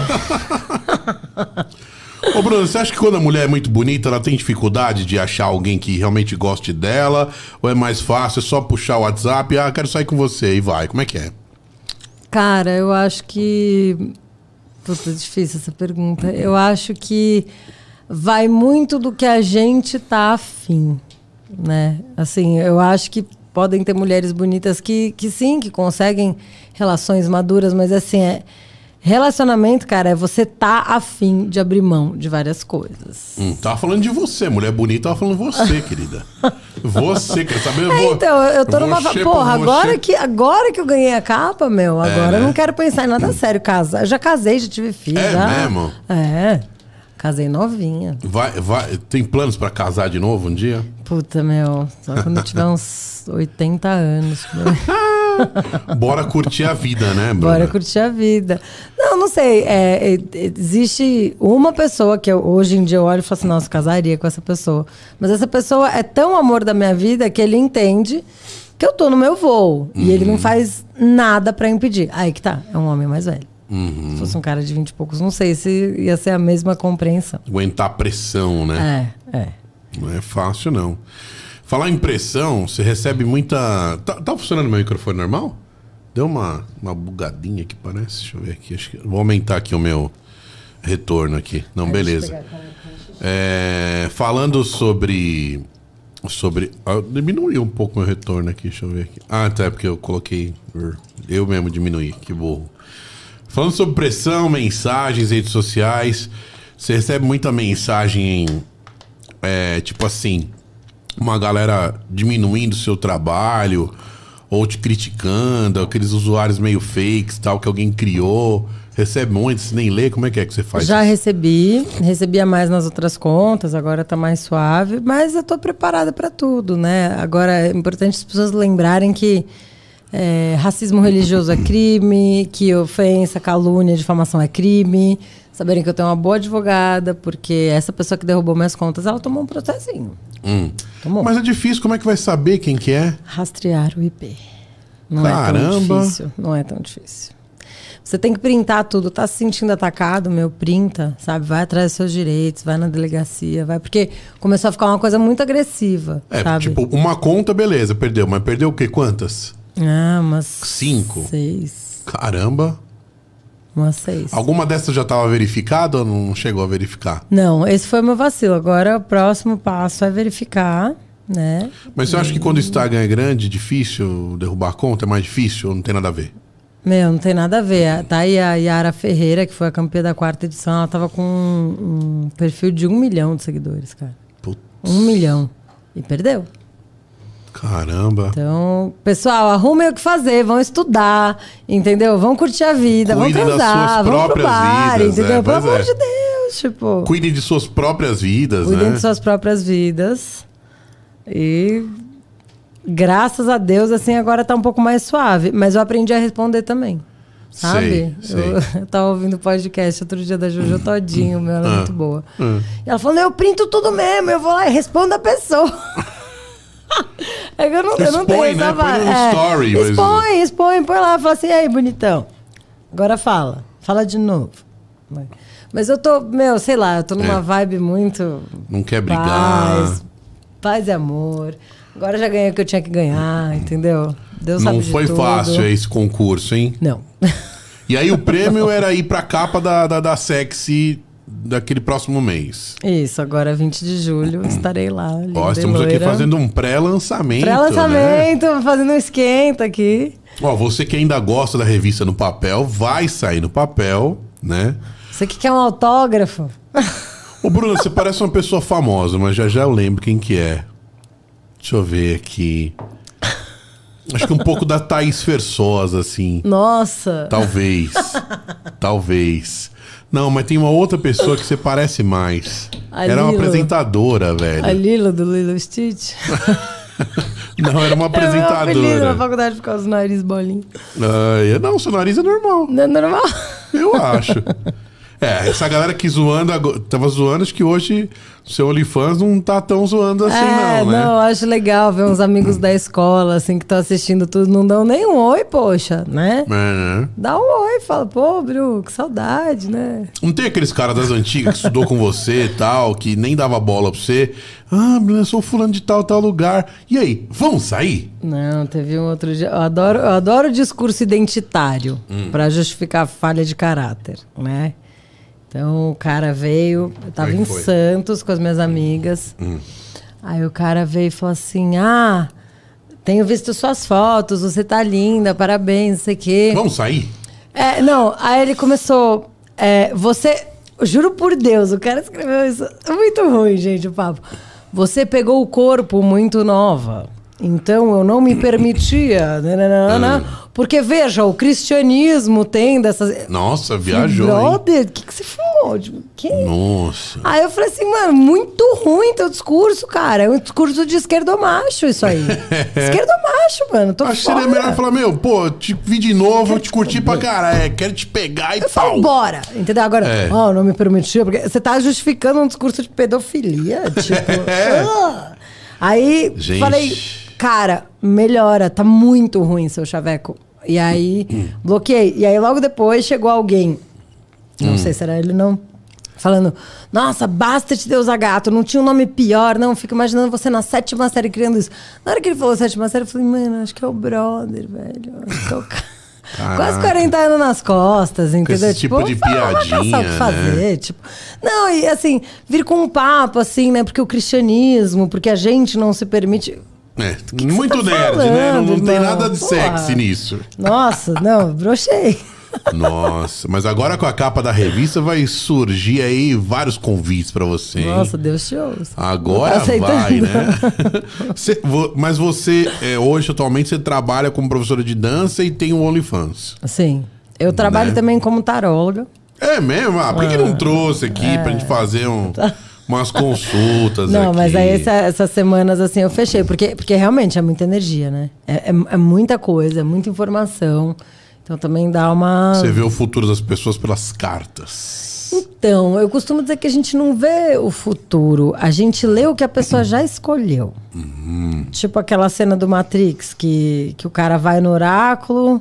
Ô, Bruno, você acha que quando a mulher é muito bonita, ela tem dificuldade de achar alguém que realmente goste dela? Ou é mais fácil, é só puxar o WhatsApp e, ah, quero sair com você, e vai? Como é que é? Cara, eu acho que... Puta, é difícil essa pergunta. Eu acho que vai muito do que a gente tá afim, né? Assim, eu acho que podem ter mulheres bonitas que, que sim, que conseguem relações maduras, mas assim, é... Relacionamento, cara, é você tá afim de abrir mão de várias coisas. Hum, tava falando de você, mulher bonita, tava falando você, querida. Você, quer saber? Eu é, vou, então, eu tô eu numa... Porra, agora que, agora que eu ganhei a capa, meu, agora é, né? Eu não quero pensar em nada hum. sério. Casa... Eu já casei, já tive filho. É já... mesmo? É, casei novinha. Vai, vai, tem planos pra casar de novo um dia? Puta, meu, só quando eu tiver uns oitenta anos. Bora curtir a vida, né, Bruna? Bora curtir a vida. Não, não sei. É, é, existe uma pessoa que eu, hoje em dia eu olho e falo assim, nossa, casaria com essa pessoa. Mas essa pessoa é tão amor da minha vida que ele entende que eu tô no meu voo. Uhum. E ele não faz nada pra impedir. Aí que tá, é um homem mais velho. Uhum. Se fosse um cara de vinte e poucos, não sei se ia ser a mesma compreensão. Aguentar a pressão, né? É, é. Não é fácil, não. Falar em pressão, você recebe muita... Tá, tá funcionando meu microfone normal? Deu uma, uma bugadinha aqui, parece. Deixa eu ver aqui. Acho que... Vou aumentar aqui o meu retorno aqui. Não, é, beleza. É, falando sobre... sobre ah, diminuiu um pouco meu retorno aqui. Deixa eu ver aqui. Ah, tá. É porque eu coloquei... Eu mesmo diminuí. Que burro. Falando sobre pressão, mensagens, redes sociais. Você recebe muita mensagem em... É, tipo assim... Uma galera diminuindo o seu trabalho, ou te criticando, aqueles usuários meio fakes, tal, que alguém criou. Recebe muito, você nem lê, como é que é que você faz? Já isso? recebi, recebia mais nas outras contas, agora tá mais suave, mas eu tô preparada para tudo, né? Agora é importante as pessoas lembrarem que é, racismo religioso é crime, que ofensa, calúnia, difamação é crime. Saberem que eu tenho uma boa advogada, porque essa pessoa que derrubou minhas contas, ela tomou um processinho. Hum. Mas é difícil, como é que vai saber quem que é? Rastrear o I P. Não Caramba. é tão difícil. Não é tão difícil. Você tem que printar tudo. Tá se sentindo atacado, meu, printa, sabe? Vai atrás dos seus direitos, vai na delegacia, vai. Porque começou a ficar uma coisa muito agressiva, é, sabe? Tipo, uma conta, beleza, perdeu. Mas perdeu o quê? Quantas? Ah, umas... Cinco? Seis. Caramba. Umas seis. Alguma dessas já estava verificada ou não chegou a verificar? Não, esse foi o meu vacilo. Agora o próximo passo é verificar, né? Mas você e... acha que quando o Instagram é grande, difícil derrubar a conta? É mais difícil ou não tem nada a ver? Meu, não tem nada a ver. Tá aí a Yara Ferreira, que foi a campeã da quarta edição, ela tava com um, um perfil de um milhão de seguidores, cara. Putz. Um milhão. E perdeu. Caramba. Então, pessoal, arrumem o que fazer, vão estudar, entendeu? Vão curtir a vida, Cuidem vão casar, vão pro bar, vidas, entendeu? é, Pelo amor é. de Deus, tipo... Cuidem de suas próprias vidas, Cuidem né? de suas próprias vidas. E... Graças a Deus, assim, agora tá um pouco mais suave. Mas eu aprendi a responder também. Sabe? Sei, sei. Eu, eu tava ouvindo o podcast outro dia da Jojo Todinho, meu, ela é Ah, muito boa. ah. E ela falou, eu printo tudo mesmo, eu vou lá e respondo a pessoa. É que eu não, eu não tenho Expõe, né? essa Põe no é, story, mas- Expõe, expõe, põe lá, fala assim, e aí, bonitão. Agora fala, fala de novo. Mas eu tô, meu, sei lá, eu tô numa É. vibe muito... Não quer brigar. Paz, paz e amor. Agora já ganhei o que eu tinha que ganhar, entendeu? Deus sabe Não de foi tudo. fácil esse concurso, hein? Não. E aí o prêmio era ir pra capa da, da, da Sexy daquele próximo mês. Isso, agora vinte de julho estarei lá. linda Ó, e estamos aqui loira. fazendo um pré-lançamento. Né? Pré-lançamento, fazendo um esquenta aqui. Ó, você que ainda gosta da revista no papel, vai sair no papel, né? Você que quer um autógrafo? Ô, Bruna, você parece uma pessoa famosa, mas já já eu lembro quem que é. Deixa eu ver aqui. Acho que um pouco da Thaís Versosa, assim. Nossa. Talvez. Talvez. Não, mas tem uma outra pessoa que você parece mais. A Era uma Lilo. apresentadora, velho. A Lilo do Lilo Stitch. Não, era uma Era meu apelido na apresentadora. faculdade por causa do nariz bolinho. Ah, não, seu nariz é normal. Não é normal? Eu acho. É, essa galera que zoando, agora- tava zoando, acho que hoje o seu OnlyFans não tá tão zoando assim, é, não, né? eu acho legal ver uns amigos da escola, assim, que estão assistindo tudo, não dão nem um oi, poxa, né? É, né? Dá um oi, fala, pô, Bru, que saudade, né? Não tem aqueles caras das antigas que estudou com você e tal, que nem dava bola pra você. Ah, Bruno, eu sou fulano de tal, tal lugar. E aí, vamos sair? Não, teve um outro dia. Eu adoro, eu adoro o discurso identitário pra justificar a falha de caráter, né? Então o cara veio, eu tava Como é em que foi? Santos com as minhas amigas. Aí o cara veio e falou assim: ah, tenho visto suas fotos, você tá linda, parabéns, não sei o quê. Vamos sair? É, não, aí ele começou. É, você. Juro por Deus, o cara escreveu isso. É muito ruim, gente, o papo. Você pegou o corpo muito nova. Então eu não me permitia. Nananana, porque, veja, o cristianismo tem dessas. Nossa, viajou, hein? Brother, o que, que você falou? Tipo, quem? Nossa. Aí eu falei assim, mano, muito ruim teu discurso, cara. É um discurso de esquerdomacho, isso aí. Esquerdomacho, mano. Tô Acho que fora. seria melhor falar, meu, pô, te vi de novo, eu te curti pra caralho. É, quero te pegar e Eu falo, pau. bora, entendeu? Agora, É. ó, não me permitia, porque você tá justificando um discurso de pedofilia, tipo... ah. Aí, Gente. falei, cara, melhora, tá muito ruim seu chaveco. E aí, bloqueei. E aí, logo depois, chegou alguém, não sei se era ele não, falando, nossa, basta te Deus a gato, não tinha um nome pior, não, fico imaginando você na sétima série criando isso. Na hora que ele falou sétima série, eu falei, mano, acho que é o brother, velho, acho que é o cara... Caraca. Quase quarenta anos nas costas, entendeu? esse tipo de vamos lá, piadinha, caçar o que fazer, tipo. Não, e assim, vir com um papo assim, né? Porque o cristianismo, porque a gente não se permite. É, que muito você tá nerd, né? Não, falando, não tem irmão? nada de Porra. sexy nisso. Nossa, não, brochei. Nossa, mas agora com a capa da revista vai surgir aí vários convites pra você, hein? Nossa, Deus te ouça. Agora Tá aceitando? vai, né? Cê- vo- mas você, é, hoje, atualmente, você trabalha como professora de dança e tem um OnlyFans. Sim. Eu trabalho Né? também como taróloga. É mesmo? Ah, por que, que não trouxe aqui pra gente fazer um, umas consultas Não, aqui? mas aí essa- essas semanas assim eu fechei, porque, porque realmente é muita energia, né? É, é, é muita coisa, é muita informação. Então também dá uma. Você vê o futuro das pessoas pelas cartas. Então, eu costumo dizer que a gente não vê o futuro, a gente lê o que a pessoa já escolheu. Tipo aquela cena do Matrix, que, que o cara vai no oráculo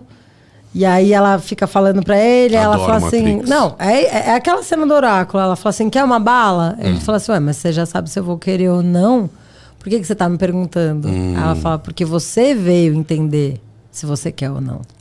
e aí ela fica falando pra ele, aí ela Adoro fala assim... Matrix. Não, é, é aquela cena do oráculo, ela fala assim, quer uma bala? Ele fala assim, ué, mas você já sabe se eu vou querer ou não? Por que, que você tá me perguntando? Aí ela fala, porque você veio entender se você quer ou não.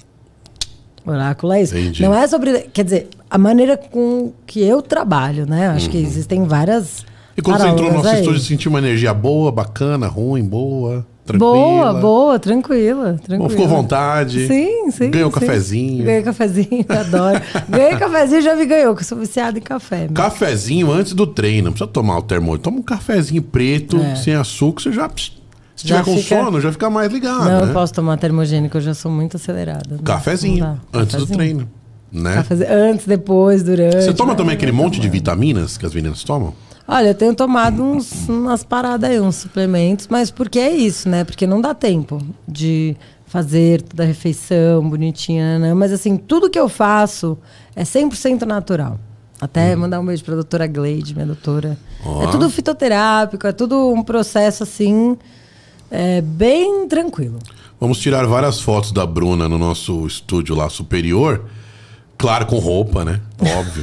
O oráculo é isso. Entendi. Não é sobre... Quer dizer, a maneira com que eu trabalho, né? Acho que existem várias... E quando você entrou no nosso tarólogas aí. estúdio, sentiu uma energia boa, bacana, ruim, boa, tranquila? Boa, boa, tranquila, tranquila. Bom, ficou à vontade? Sim, sim. Ganhou um sim. cafezinho? Ganhei cafezinho, adoro. Ganhei cafezinho, já me ganhou, que eu sou viciada em café. Cafezinho antes do treino, não precisa tomar o termômetro. Toma um cafezinho preto, É. sem açúcar, você já pss, Se tiver com fica... sono, já fica mais ligado. Não, né? Eu posso tomar termogênico, eu já sou muito acelerada. Cafezinho, antes Cafezinho. do treino. Né? Cafezinho. Antes, depois, durante. Você toma também aquele monte de vitaminas que as meninas tomam? Olha, eu tenho tomado uns, umas paradas aí, uns suplementos, mas porque é isso, né? Porque não dá tempo de fazer toda a refeição bonitinha, né? Mas assim, tudo que eu faço é cem por cento natural. Até hum. mandar um beijo pra doutora Gleide, minha doutora. Oh. É tudo fitoterápico, é tudo um processo assim, é, bem tranquilo. Vamos tirar várias fotos da Bruna no nosso estúdio lá superior. Claro, com roupa, né? Óbvio.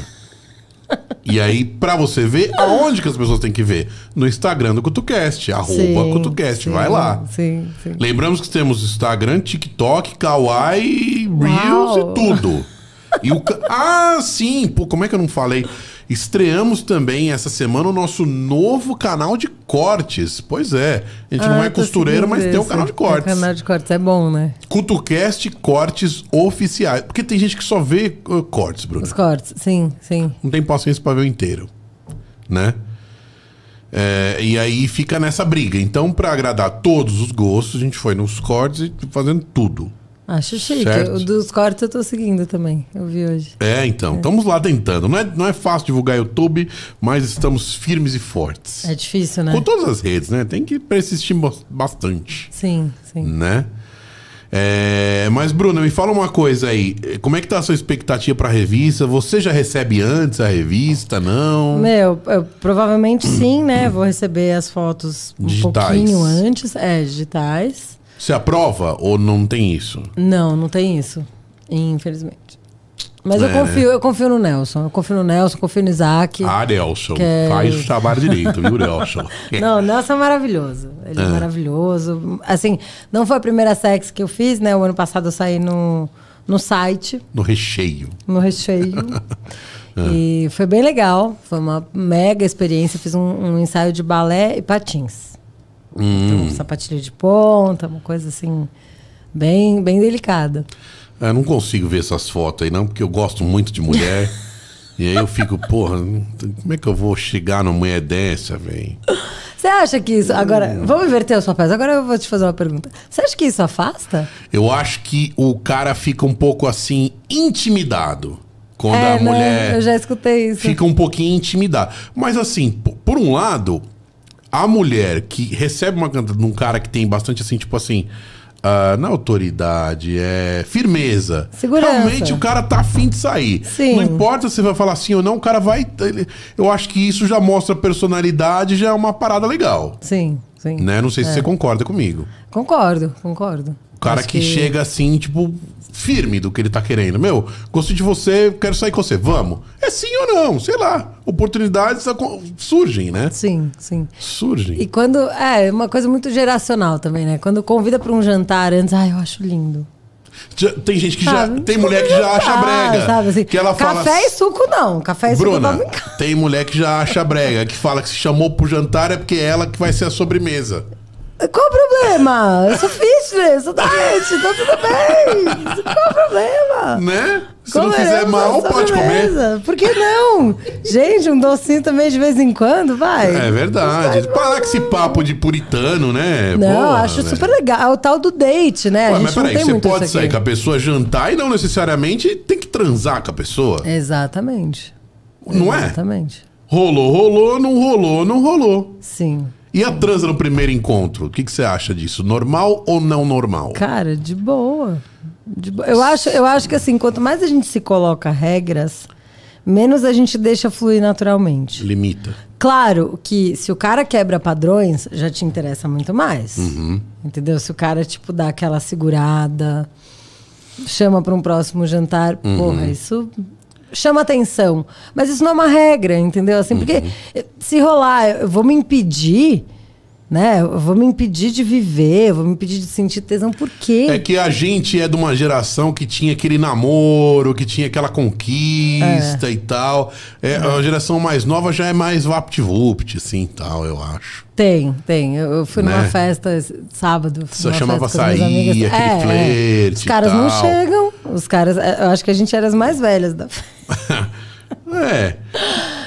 E aí, pra você ver, aonde que as pessoas têm que ver? No Instagram do CutuCast, arroba CutuCast, sim, vai lá. Sim, sim. Lembramos que temos Instagram, TikTok, Kawaii, Reels e tudo. E o... Ah, sim! Pô, como é que eu não falei? Estreamos também essa semana o nosso novo canal de cortes. Pois é, a gente ah, não é costureira, mas esse. tem um canal de cortes. O canal de cortes é bom, né? CutuCast Cortes Oficiais. Porque tem gente que só vê uh, cortes, Bruno. Os cortes, sim, sim. Não tem paciência pra ver o inteiro, né? É, e aí fica nessa briga. Então, pra agradar todos os gostos, a gente foi nos cortes e fazendo tudo. Acho chique. Certo? O dos cortes eu tô seguindo também. Eu vi hoje. É, então. É. Estamos lá tentando. Não é, não é fácil divulgar YouTube, mas estamos firmes e fortes. É difícil, né? Com todas as redes, né? Tem que persistir bastante. Sim, sim. Né? É, mas, Bruna, me fala uma coisa aí. Como é que tá a sua expectativa pra revista? Você já recebe antes a revista, não? Meu, eu, provavelmente sim, né? Vou receber as fotos um digitais. pouquinho antes. É, digitais. Você aprova ou não tem isso? Não, não tem isso. Infelizmente. Mas é, eu confio, né? eu confio no Nelson. Eu confio no Nelson, confio no Isaac. Ah, Nelson. É... Faz o trabalho direito, viu, Nelson? Não, o Nelson é maravilhoso. Ele é. é maravilhoso. Assim, não foi a primeira sex que eu fiz, né? O ano passado eu saí no, no site. No recheio. No recheio. é. E foi bem legal. Foi uma mega experiência. Fiz um, um ensaio de balé e patins. Hum. Então, um sapatilha de ponta, uma coisa assim, bem, bem delicada. Eu não consigo ver essas fotos aí, não, porque eu gosto muito de mulher. E aí eu fico, porra, como é que eu vou chegar numa mulher dessa, velho? Você acha que isso... Agora, hum. vamos inverter os papéis. Agora eu vou te fazer uma pergunta. Você acha que isso afasta? Eu acho que o cara fica um pouco assim, intimidado. Quando é, a mulher... Né? Eu já escutei isso. Fica um pouquinho intimidado. Mas assim, por um lado... A mulher que recebe uma cantada de um cara que tem bastante assim, tipo assim, uh, na autoridade, é firmeza. Segurança. Realmente o cara tá afim de sair. Sim. Não importa se você vai falar sim ou não, o cara vai... Ele, eu acho que isso já mostra personalidade, já é uma parada legal. Sim, sim. Né? Não sei se é. você concorda comigo. Concordo, concordo. O cara que, que chega assim, tipo, firme do que ele tá querendo. Meu, gostei de você, quero sair com você, vamos. É sim ou não, sei lá. Oportunidades surgem, né? Sim, sim. Surgem. E quando... É, uma coisa muito geracional também, né? Quando convida pra um jantar antes, ai, eu acho lindo. Já, tem gente que sabe? já... Tem mulher que já acha brega. Sabe, assim, que ela café fala, e suco não. Café e Bruna, suco não. Tem mulher que já acha brega. Que fala que se chamou pro jantar é porque é ela que vai ser a sobremesa. Qual o problema? Eu sou fitness, sou diet, então tudo bem. Qual o problema? Né? Se não fizer mal, pode comer. Por que não? Gente, um docinho também de vez em quando, vai. É verdade. Para com esse papo de puritano, né? Não, Porra, acho né? super legal. É o tal do date, né? Ué, a mas gente peraí, não tem você pode sair aqui. com a pessoa, jantar e não necessariamente tem que transar com a pessoa. Exatamente. Não é? Exatamente. Rolou, rolou, não rolou, não rolou. Sim. E a transa no primeiro encontro? O que, que você acha disso? Normal ou não normal? Cara, de boa. De bo... eu, acho, eu acho que assim, quanto mais a gente se coloca regras, menos a gente deixa fluir naturalmente. Limita. Claro que se o cara quebra padrões, já te interessa muito mais. Uhum. Entendeu? Se o cara, tipo, dá aquela segurada, chama para um próximo jantar, uhum. porra, isso... chama atenção, mas isso não é uma regra, entendeu? Assim, porque uhum. se rolar, eu vou me impedir, né? Eu vou me impedir de viver, eu vou me impedir de sentir tesão, por quê? É que a gente é de uma geração que tinha aquele namoro, que tinha aquela conquista é. e tal. É, é. A geração mais nova já é mais vapt-vupt, assim, tal, eu acho. Tem, tem. Eu fui né? numa festa sábado. Só chamava sair, aquele é, flerte. Os caras não chegam. Os caras. Eu acho que a gente era as mais velhas da festa. É.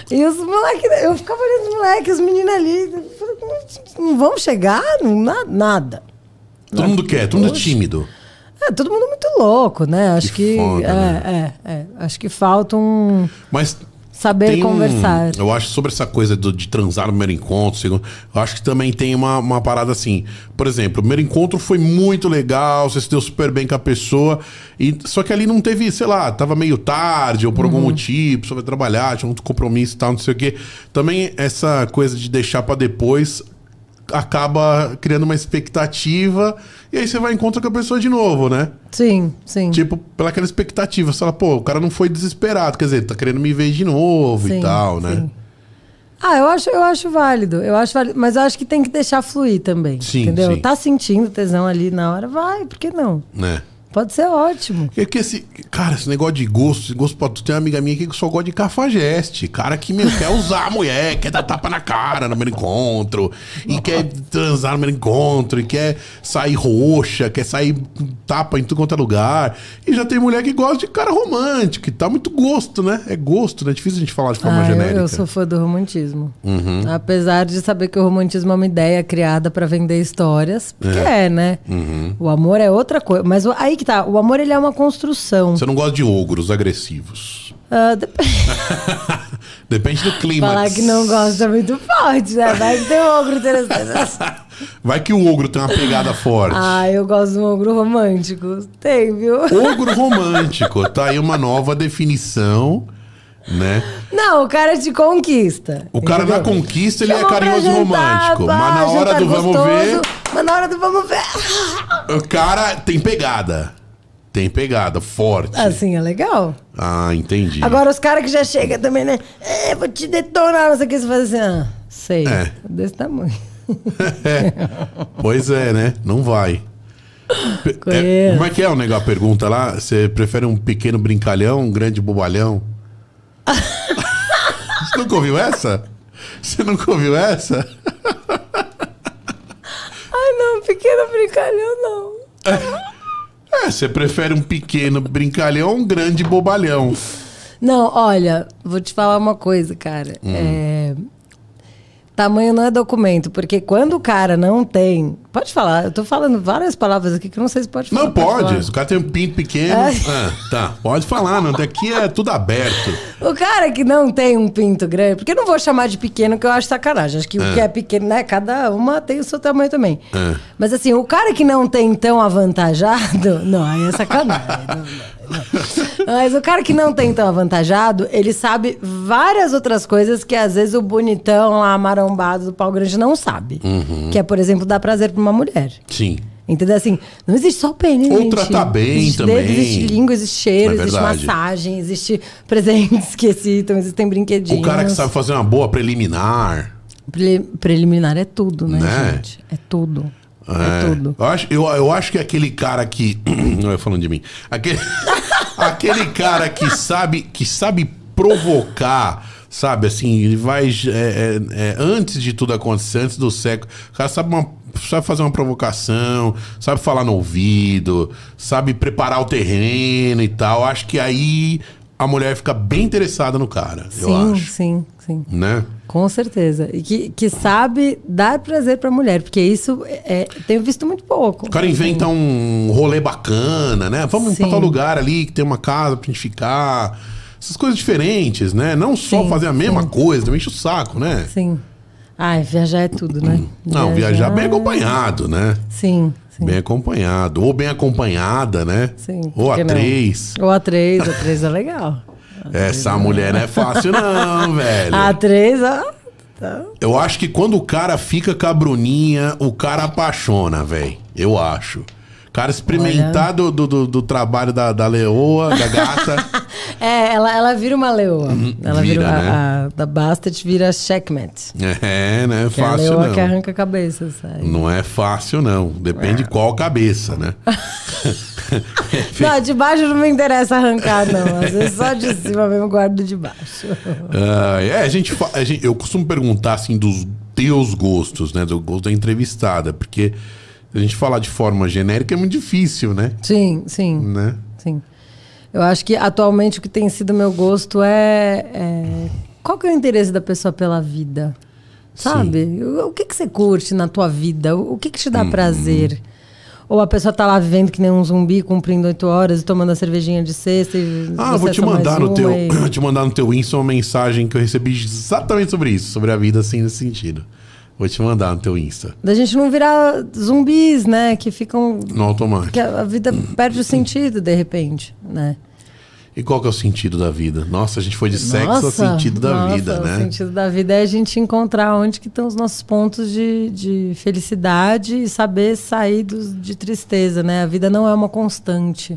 E os moleques, eu ficava olhando os moleques, os meninos ali, não vão chegar, não, nada. Todo mundo quer, todo mundo tímido. É, todo mundo muito louco, né? Acho que, que foda, é, né? é, é, acho que falta um... Mas... Saber tem conversar. Um, eu acho sobre essa coisa do, de transar no primeiro encontro, segundo, eu acho que também tem uma, uma parada assim. Por exemplo, o primeiro encontro foi muito legal, você se deu super bem com a pessoa, e, só que ali não teve, sei lá, tava meio tarde, ou por uhum. algum motivo, você vai trabalhar, tinha muito compromisso e tal, não sei o quê. Também essa coisa de deixar pra depois acaba criando uma expectativa e aí você vai encontrar com a pessoa de novo, né? Sim, sim. Tipo, pelaquela expectativa. Você fala, pô, o cara não foi desesperado, quer dizer, tá querendo me ver de novo sim, e tal, né? Sim. Ah, eu acho, eu acho válido, eu acho válido, mas eu acho que tem que deixar fluir também, sim, entendeu? Sim. Tá sentindo tesão ali na hora, vai, por que não? Né? Pode ser ótimo. É que esse, cara, esse negócio de gosto, esse gosto pra tu tem uma amiga minha aqui que só gosta de cafajeste. Cara que meu, quer usar a mulher, quer dar tapa na cara no primeiro encontro, e quer transar no primeiro encontro, e quer sair roxa, quer sair tapa em tudo quanto é lugar. E já tem mulher que gosta de cara romântico, e tá muito gosto, né? É gosto, né? É difícil a gente falar de forma ah, genérica. Eu, eu sou fã do romantismo. Uhum. Apesar de saber que o romantismo é uma ideia criada pra vender histórias, porque é, é né? Uhum. O amor é outra coisa. Mas aí que tá, o amor ele é uma construção. Você não gosta de ogros agressivos? Uh, dep... Depende do clima. Falar que não gosta é muito forte, né? Vai que tem um ogro interessante. Vai que o ogro tem uma pegada forte. Ah, eu gosto de um ogro romântico. Tem, viu? Ogro romântico. Tá aí uma nova definição, né? Não, o cara te conquista. O cara entendeu? Na conquista ele Chamou é carinhoso e romântico. Pá, mas na hora do gostoso, vamos ver... Mas na hora do vamos ver... O cara tem pegada. Tem pegada, forte. Assim é legal. Ah, entendi. Agora os caras que já chegam também, né? É, vou te detonar, não sei o que. Você faz assim, ah, sei. É. Desse tamanho. É. Pois é, né? Não vai. É, como é que é o negócio? A pergunta lá? Você prefere um pequeno brincalhão, um grande bobalhão? Você nunca ouviu essa? Você nunca ouviu essa? Ai, não, pequeno brincalhão, não. É, você prefere um pequeno brincalhão ou um grande bobalhão? Não, olha, vou te falar uma coisa, cara. Hum. É... Tamanho não é documento, porque quando o cara não tem... Pode falar, eu tô falando várias palavras aqui que eu não sei se pode falar. Não, pode. pode o cara tem um pinto pequeno... É. Ah, tá, pode falar. Não, daqui é tudo aberto. O cara que não tem um pinto grande... Porque eu não vou chamar de pequeno, que eu acho sacanagem. Acho que é. O que é pequeno, né? Cada uma tem o seu tamanho também. É. Mas assim, o cara que não tem tão avantajado... Não, aí é sacanagem. não, não, não. Mas o cara que não tem tão avantajado, ele sabe várias outras coisas que às vezes o bonitão lá, marombado do pau grande não sabe. Uhum. Que é, por exemplo, dar prazer pra uma mulher. Sim. Entendeu? Assim, não existe só o pênis, Ou gente. tratar bem existe também. Dedo, existe língua, existe cheiro, é existe massagem, existe presentes que excitam, existem brinquedinhos. O cara que sabe fazer uma boa preliminar. Pre preliminar é tudo, né, né? gente? É tudo. É, é tudo. Eu acho, eu, eu acho que aquele cara que... Não, eu falando de mim. Aquele, aquele cara que sabe, que sabe provocar, sabe? Assim, ele vai... É, é, é, antes de tudo acontecer, antes do sexo, o cara sabe, uma, sabe fazer uma provocação, sabe falar no ouvido, sabe preparar o terreno e tal. Acho que aí a mulher fica bem interessada no cara, sim, eu acho. Sim, sim, sim. Né? Com certeza. E que, que sabe dar prazer pra mulher, porque isso é, tenho visto muito pouco. O cara inventa assim. Um rolê bacana, né? Vamos Sim. pra tal lugar ali que tem uma casa pra gente ficar. Essas coisas diferentes, né? Não só Sim. fazer a mesma Sim. coisa, também enche o saco, né? Sim. Ai, viajar é tudo, né? Não, viajar, viajar bem acompanhado, né? Sim. Sim. Bem acompanhado. Ou bem acompanhada, né? Sim. Ou a três. Ou a três, a três é legal. Essa mulher não é fácil não, velho. A três, ó. Tá. Eu acho que quando o cara fica com a Bruninha, o cara apaixona, velho. Eu acho. O cara experimentar do, do, do, do trabalho da, da leoa, da gata. É, ela, ela vira uma leoa. Hum, ela vira, vira né? a, a da Bastet vira checkmate. É, não é que fácil é a leoa não. que arranca a cabeça, sabe? Não é fácil não. Depende de qual cabeça, né? Não, de baixo não me interessa arrancar, não. Às vezes só de cima mesmo guardo de baixo. Uh, é, a gente, a gente, eu costumo perguntar assim dos teus gostos, né? Do gosto da entrevistada, porque a gente falar de forma genérica é muito difícil, né? Sim, sim. Né? Sim. Eu acho que atualmente o que tem sido meu gosto é, é qual que é o interesse da pessoa pela vida? Sabe? O, o que que você curte na tua vida? O, o que que te dá hum. prazer? Ou a pessoa tá lá vivendo que nem um zumbi, cumprindo oito horas e tomando a cervejinha de sexta e Ah, vou te mandar no teu, e... te mandar no teu Insta uma mensagem que eu recebi exatamente sobre isso, sobre a vida assim nesse sentido. Vou te mandar no teu Insta. Da gente não virar zumbis, né? Que ficam... No automático. Que a vida perde o sentido, de repente, né? E qual que é o sentido da vida? Nossa, a gente foi de sexo nossa, ao sentido da nossa, vida, né? O sentido da vida é a gente encontrar onde que estão os nossos pontos de, de felicidade e saber sair dos, de tristeza, né? A vida não é uma constante.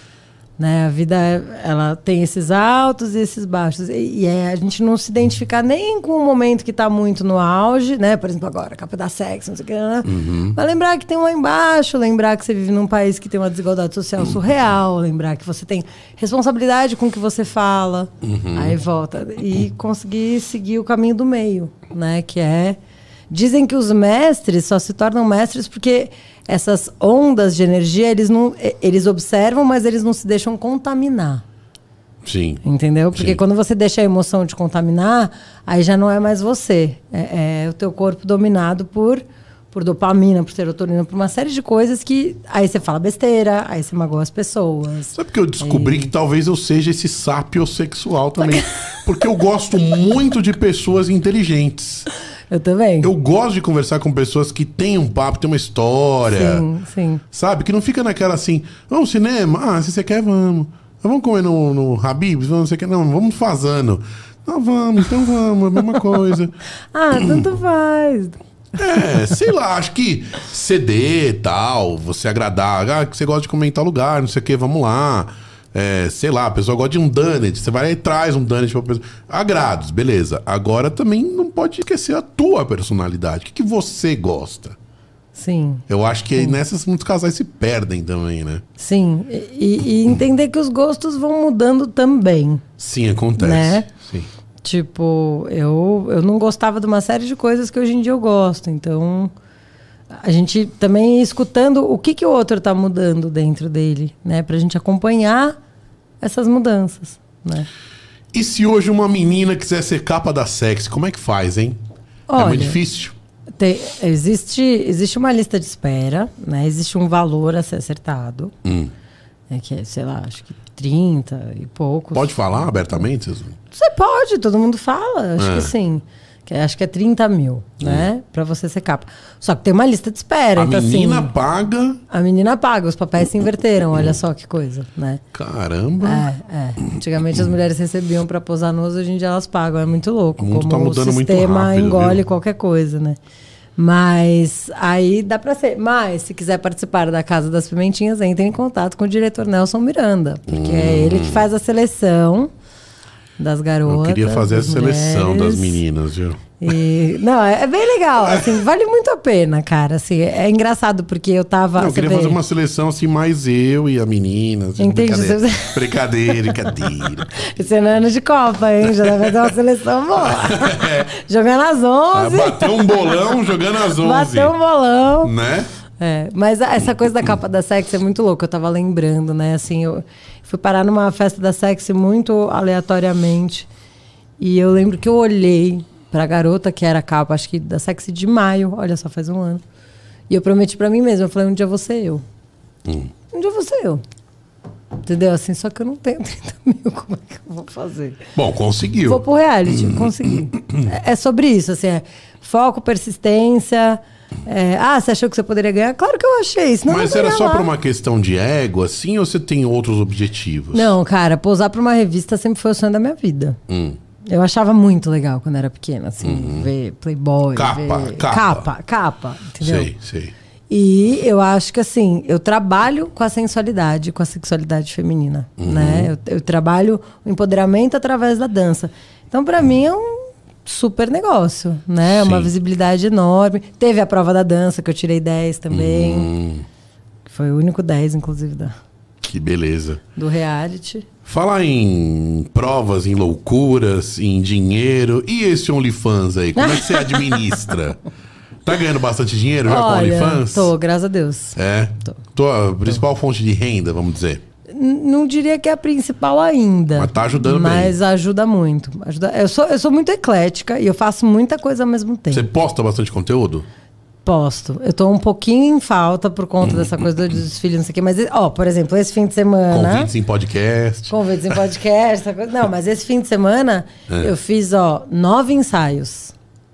Né? A vida, ela tem esses altos e esses baixos. E, e é a gente não se identificar nem com o momento que está muito no auge, né? Por exemplo, agora, capa da sexo, não sei o que, né? Uhum. Mas lembrar que tem um lá embaixo, lembrar que você vive num país que tem uma desigualdade social surreal, lembrar que você tem responsabilidade com o que você fala, uhum. aí volta. E conseguir seguir o caminho do meio, né? Que é... Dizem que os mestres só se tornam mestres porque essas ondas de energia, eles, não, eles observam, mas eles não se deixam contaminar. Sim. Entendeu? Porque Sim. quando você deixa a emoção de contaminar, aí já não é mais você. É, é o teu corpo dominado por, por dopamina, por serotonina, por uma série de coisas que... Aí você fala besteira, aí você magoa as pessoas. Sabe que eu descobri aí... que talvez eu seja esse sapiosexual também. Porque eu gosto muito de pessoas inteligentes. Eu também. Eu gosto de conversar com pessoas que têm um papo, têm uma história. Sim, sim. Sabe? Que não fica naquela assim, vamos ao cinema? Ah, se você quer, vamos. Vamos comer no, no Habib's? Vamos, você quer? Não, vamos fazendo. Não, vamos, então vamos, a mesma coisa. Ah, tanto faz. É, sei lá, acho que ceder e tal, você agradar, ah, que você gosta de comer em tal lugar, não sei o que, vamos lá. É, sei lá, a pessoa gosta de um donut, você vai lá e traz um donut pra pessoa. Agrados, beleza. Agora também não pode esquecer a tua personalidade. O que, que você gosta? Sim. Eu acho que nessas muitos casais se perdem também, né? Sim. E, e entender que os gostos vão mudando também. Sim, acontece. Né? Sim. Tipo, eu, eu não gostava de uma série de coisas que hoje em dia eu gosto. Então, a gente também escutando o que, que o outro tá mudando dentro dele, né? Pra gente acompanhar essas mudanças, né? E se hoje uma menina quiser ser capa da Sexy, como é que faz, hein? Olha, é muito difícil? Tem, existe, existe uma lista de espera, né? Existe um valor a ser acertado. Hum. É que é, sei lá, acho que trinta e poucos. Pode falar abertamente? Você pode, todo mundo fala. Acho é. que sim. Que acho que é trinta mil, né? Hum. Pra você ser capa. Só que tem uma lista de espera. A então, menina assim, paga... A menina paga. Os papéis se inverteram. Olha só que coisa, né? Caramba! É, é. Antigamente as mulheres recebiam pra posar nuas, hoje em dia elas pagam. É muito louco. O mundo como tá mudando o sistema muito rápido, engole viu? qualquer coisa, né? Mas aí dá pra ser. Mas se quiser participar da Casa das Pimentinhas, entre em contato com o diretor Nelson Miranda. Porque hum. é ele que faz a seleção das garotas. Eu queria fazer a seleção mulheres. das meninas, viu? E, não, é bem legal, assim, vale muito a pena, cara, assim, é engraçado porque eu tava... Não, eu queria vê... fazer uma seleção, assim, mais eu e a menina. Assim, entendi. Brincadeira, brincadeira, brincadeira. Esse é ano de Copa, hein, já deve fazer uma seleção boa. É. Jogando às onze. Ah, bateu um bolão jogando às onze. Bateu um bolão. Né? É, mas essa coisa da capa da Sexy é muito louca, eu tava lembrando, né, assim, eu fui parar numa festa da Sexy muito aleatoriamente e eu lembro que eu olhei pra garota que era a capa, acho que da Sexy de maio, olha só, faz um ano. E eu prometi pra mim mesma, eu falei, um dia vou ser eu. Hum. Um dia vou ser eu. Entendeu? Assim, só que eu não tenho trinta mil, como é que eu vou fazer? Bom, conseguiu. Vou pro reality, consegui. É, é sobre isso, assim, é foco, persistência... É, ah, você achou que você poderia ganhar? Claro que eu achei. Senão Mas era só por uma questão de ego, assim, ou você tem outros objetivos? Não, cara, posar pra uma revista sempre foi o sonho da minha vida. Hum. Eu achava muito legal quando era pequena, assim, uhum. ver Playboy. Capa, ver... capa. Capa, capa, entendeu? Sei, sei. E eu acho que, assim, eu trabalho com a sensualidade, com a sexualidade feminina, uhum. né? Eu, eu trabalho o empoderamento através da dança. Então, pra mim, é um super negócio, né? Sim. Uma visibilidade enorme. Teve a prova da dança, que eu tirei dez também. Uhum. Foi o único dez, inclusive, da... Que beleza. Do reality. Falar em provas, em loucuras, em dinheiro. E esse OnlyFans aí? Como é que você administra? Tá ganhando bastante dinheiro já com o OnlyFans? Tô, graças a Deus. É? Tô. Tô, a principal tô. fonte de renda, vamos dizer. não diria que é a principal ainda. Mas tá ajudando mas bem. Mas ajuda muito. Ajuda... Eu, sou, eu sou muito eclética e eu faço muita coisa ao mesmo tempo. Você posta bastante conteúdo? Posto. Eu tô um pouquinho em falta por conta dessa coisa do desfile, não sei o quê. Mas, ó, por exemplo, esse fim de semana... Convites em podcast. Convites em podcast. Essa coisa. Não, mas esse fim de semana é. eu fiz, ó, nove ensaios.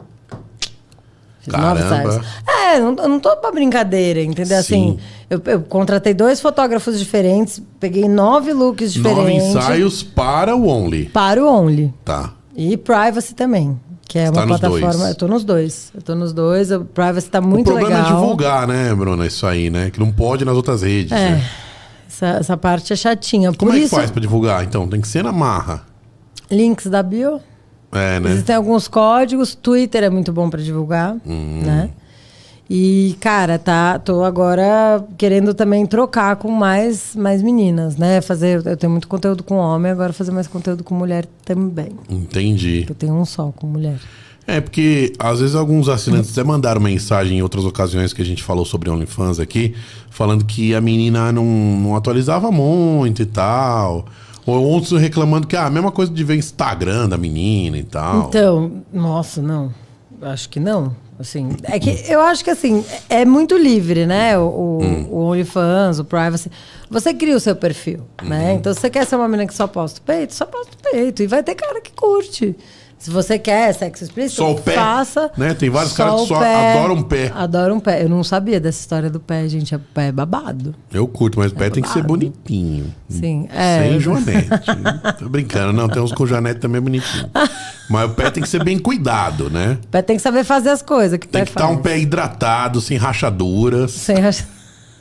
Fiz Caramba. nove ensaios. É, não, eu não tô pra brincadeira, entendeu? Sim. Assim, eu, eu contratei dois fotógrafos diferentes, peguei nove looks diferentes. Nove ensaios para o Only. Para o Only. Tá. E Privacy também. Que é Você uma tá nos plataforma. Dois. Eu tô nos dois. Eu tô nos dois. O Privacy tá muito legal. O problema legal. é divulgar, né, Bruna? Isso aí, né? Que não pode nas outras redes. É. Né? Essa, essa parte é chatinha. Como Por é que isso, faz pra divulgar? Então, tem que ser na marra. links da bio. É, né? Existem alguns códigos. Twitter é muito bom pra divulgar, hum. né? E, cara, tá, tô agora querendo também trocar com mais, mais meninas, né? Fazer, eu tenho muito conteúdo com homem, agora fazer mais conteúdo com mulher também. Entendi. Porque eu tenho um só com mulher. É, porque às vezes alguns assinantes até mandaram mensagem em outras ocasiões que a gente falou sobre OnlyFans aqui, falando que a menina não, não atualizava muito e tal. Ou outros reclamando que ah, a mesma coisa de ver Instagram da menina e tal. Então, nossa, não. Acho que não. Assim, é que eu acho que assim, é muito livre, né? O, o, hum. o OnlyFans, o Privacy. Você cria o seu perfil, hum. né? Então, se você quer ser uma menina que só posta o peito, só posta o peito. E vai ter cara que curte. Se você quer sexo explícito, só o pé, faça. Né? Tem vários caras que só pé, adoram pé. Adoram pé. Eu não sabia dessa história do pé, gente. O pé é babado. Eu curto, mas o pé é tem babado. que ser bonitinho. Sim. É. Sem joanete. Tô brincando. Não, tem uns com joanete também bonitinho. Mas o pé tem que ser bem cuidado, né? O pé tem que saber fazer as coisas. Que tem que estar um pé hidratado, sem rachaduras. Sem rachaduras.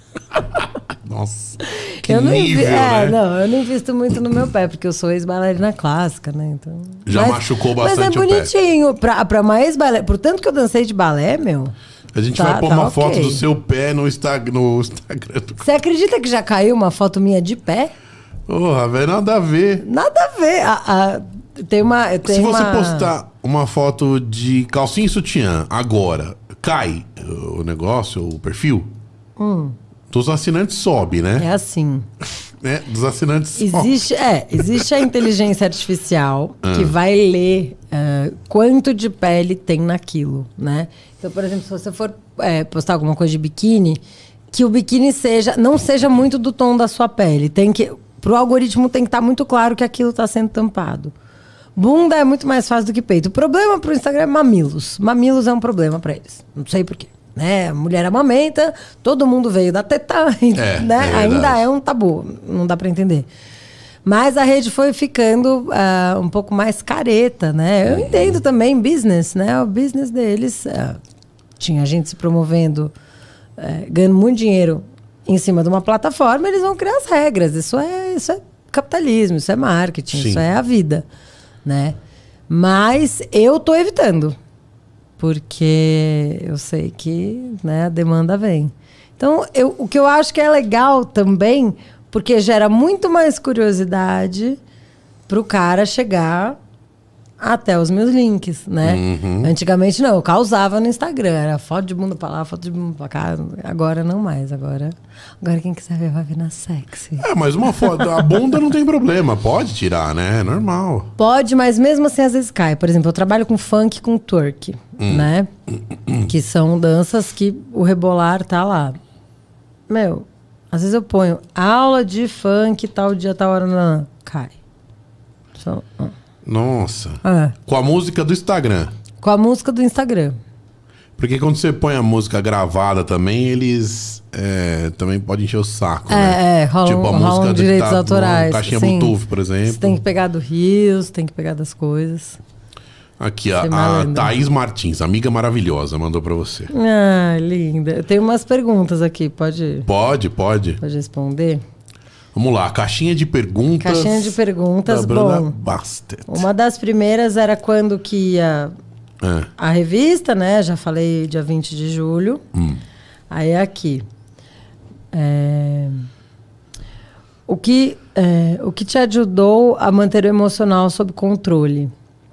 Nossa, que eu não nível, é, né? Não, eu não invisto muito no meu pé, porque eu sou ex-bailarina clássica, né? Então, já mas, machucou bastante mas é o pé. bonitinho. Pra, pra uma ex-balé... Portanto que eu dancei de balé, meu... A gente tá, vai pôr tá uma okay. foto do seu pé no, Insta, no Instagram. Você acredita que já caiu uma foto minha de pé? Porra, velho, nada a ver. Nada a ver. A, a, tem uma... Tem Se você uma... postar uma foto de calcinha e sutiã agora, cai o negócio, o perfil? Hum. Dos assinantes sobe, né? É assim. É, dos assinantes existe, sobe. É, existe a inteligência artificial ah. que vai ler uh, quanto de pele tem naquilo, né? Então, por exemplo, se você for é, postar alguma coisa de biquíni, que o biquíni seja, não seja muito do tom da sua pele. Tem que, pro algoritmo tem que estar muito claro que aquilo está sendo tampado. Bunda é muito mais fácil do que peito. O problema pro Instagram é mamilos. Mamilos é um problema para eles. Não sei por quê. Né? A mulher amamenta, todo mundo veio da teta, é, né? É ainda é um tabu, não dá para entender. Mas a rede foi ficando uh, um pouco mais careta, né? Eu entendo também business, né? O business deles uh, tinha gente se promovendo, uh, ganhando muito dinheiro em cima de uma plataforma, eles vão criar as regras. Isso é, isso é capitalismo, isso é marketing, Sim. isso é a vida, né? Mas eu tô evitando. Porque eu sei que, né, a demanda vem. Então, eu, o que eu acho que é legal também, porque gera muito mais curiosidade para o cara chegar até os meus links, né? Uhum. Antigamente não, eu causava no Instagram. Era foto de bunda para lá, foto de bunda para cá. Agora não mais. Agora, agora quem quiser ver vai ver na sexy. É, mas uma foto... A bunda não tem problema. Pode tirar, né? É normal. Pode, mas mesmo assim às vezes cai. Por exemplo, eu trabalho com funk e com twerk, hum. né? Que são danças que o rebolar tá lá. Meu, às vezes eu ponho aula de funk tal dia, tal hora, não, cai. Só... Nossa. É. Com a música do Instagram. Com a música do Instagram. Porque quando você põe a música gravada também, eles é, também podem encher o saco, é, né? É, rolam, tipo a música direitos tá, autorais. Caixinha Sim. Bluetooth, por exemplo. Você tem que pegar do Rios, tem que pegar das coisas. Aqui, a, a Thaís Martins, amiga maravilhosa, mandou pra você. Ah, linda. Eu tenho umas perguntas aqui, pode... Pode, pode. Pode responder? Vamos lá, caixinha de perguntas. Caixinha de perguntas, da Bruna bom. Bastet. Uma das primeiras era quando que ia é. a revista, né? Já falei dia vinte de julho. Hum. Aí é aqui. É... O, que, é... o que te ajudou a manter o emocional sob controle?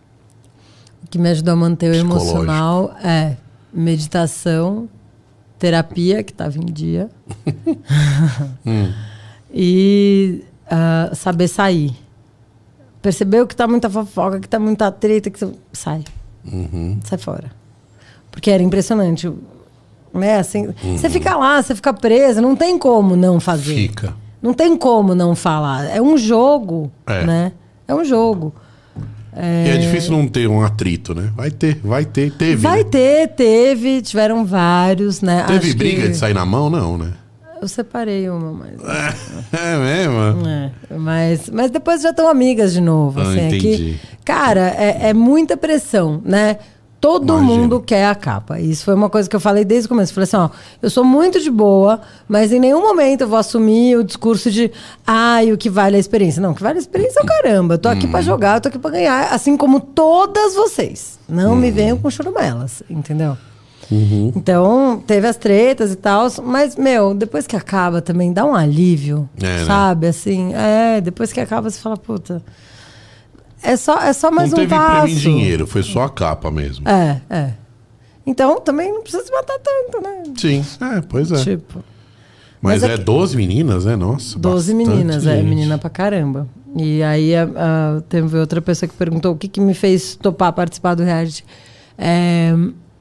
O que me ajudou a manter o emocional é meditação, terapia, que estava em dia. hum. E uh, saber sair. Percebeu que tá muita fofoca, que tá muita treta, que você... sai. Uhum. Sai fora. Porque era impressionante. Né? Assim, uhum. Você fica lá, você fica presa, não tem como não fazer. Fica. Não tem como não falar. É um jogo, é. né? É um jogo. É... E é difícil não ter um atrito, né? Vai ter, vai ter, teve. Vai né? ter, teve, tiveram vários, né? Teve Acho briga que... de sair na mão, não, né? Eu separei uma, mas... É mesmo? É, mas, mas depois já estão amigas de novo. Ah, assim, entendi. É que, cara, é, é muita pressão, né? Todo Imagina. mundo quer a capa. Isso foi uma coisa que eu falei desde o começo. Eu falei assim, ó, eu sou muito de boa, mas em nenhum momento eu vou assumir o discurso de ai, o que vale a experiência. Não, o que vale a experiência é o caramba. Eu tô aqui hum. pra jogar, eu tô aqui pra ganhar, assim como todas vocês. Não hum. me venham com churumelas, entendeu? Uhum. Então, teve as tretas e tal, mas, meu, depois que acaba também dá um alívio, é, sabe? Né? Assim, é, depois que acaba você fala, puta, é só, é só mais não um passo. Não teve prêmio em dinheiro, foi só a capa mesmo. É, é. Então, também não precisa se matar tanto, né? Sim, é, pois é. Tipo. Mas, mas é, é doze que... meninas, né? Nossa, doze meninas, gente. É, menina pra caramba. E aí, a, a, teve outra pessoa que perguntou o que, que me fez topar participar do reality. É...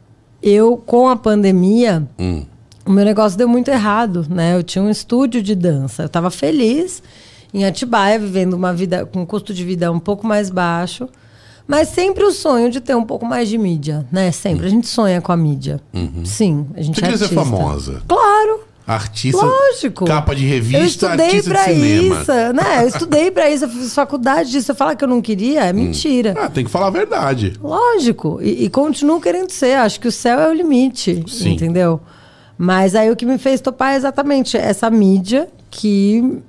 Eu, com a pandemia, hum. o meu negócio deu muito errado, né? Eu tinha um estúdio de dança. Eu estava feliz em Atibaia, vivendo uma vida com um custo de vida um pouco mais baixo. Mas sempre o sonho de ter um pouco mais de mídia, né? Sempre. Hum. A gente sonha com a mídia. Uhum. Sim, a gente Você é quer artista. ser famosa? Artista. Artista, lógico. Capa de revista, eu estudei artista pra de cinema. Isso, né? Eu estudei pra isso, eu fiz faculdade disso. Eu falar que eu não queria, é mentira. Hum. Ah, tem que falar a verdade. Lógico. E, e continuo querendo ser. Acho que o céu é o limite, Sim. entendeu? Mas aí o que me fez topar é exatamente essa mídia que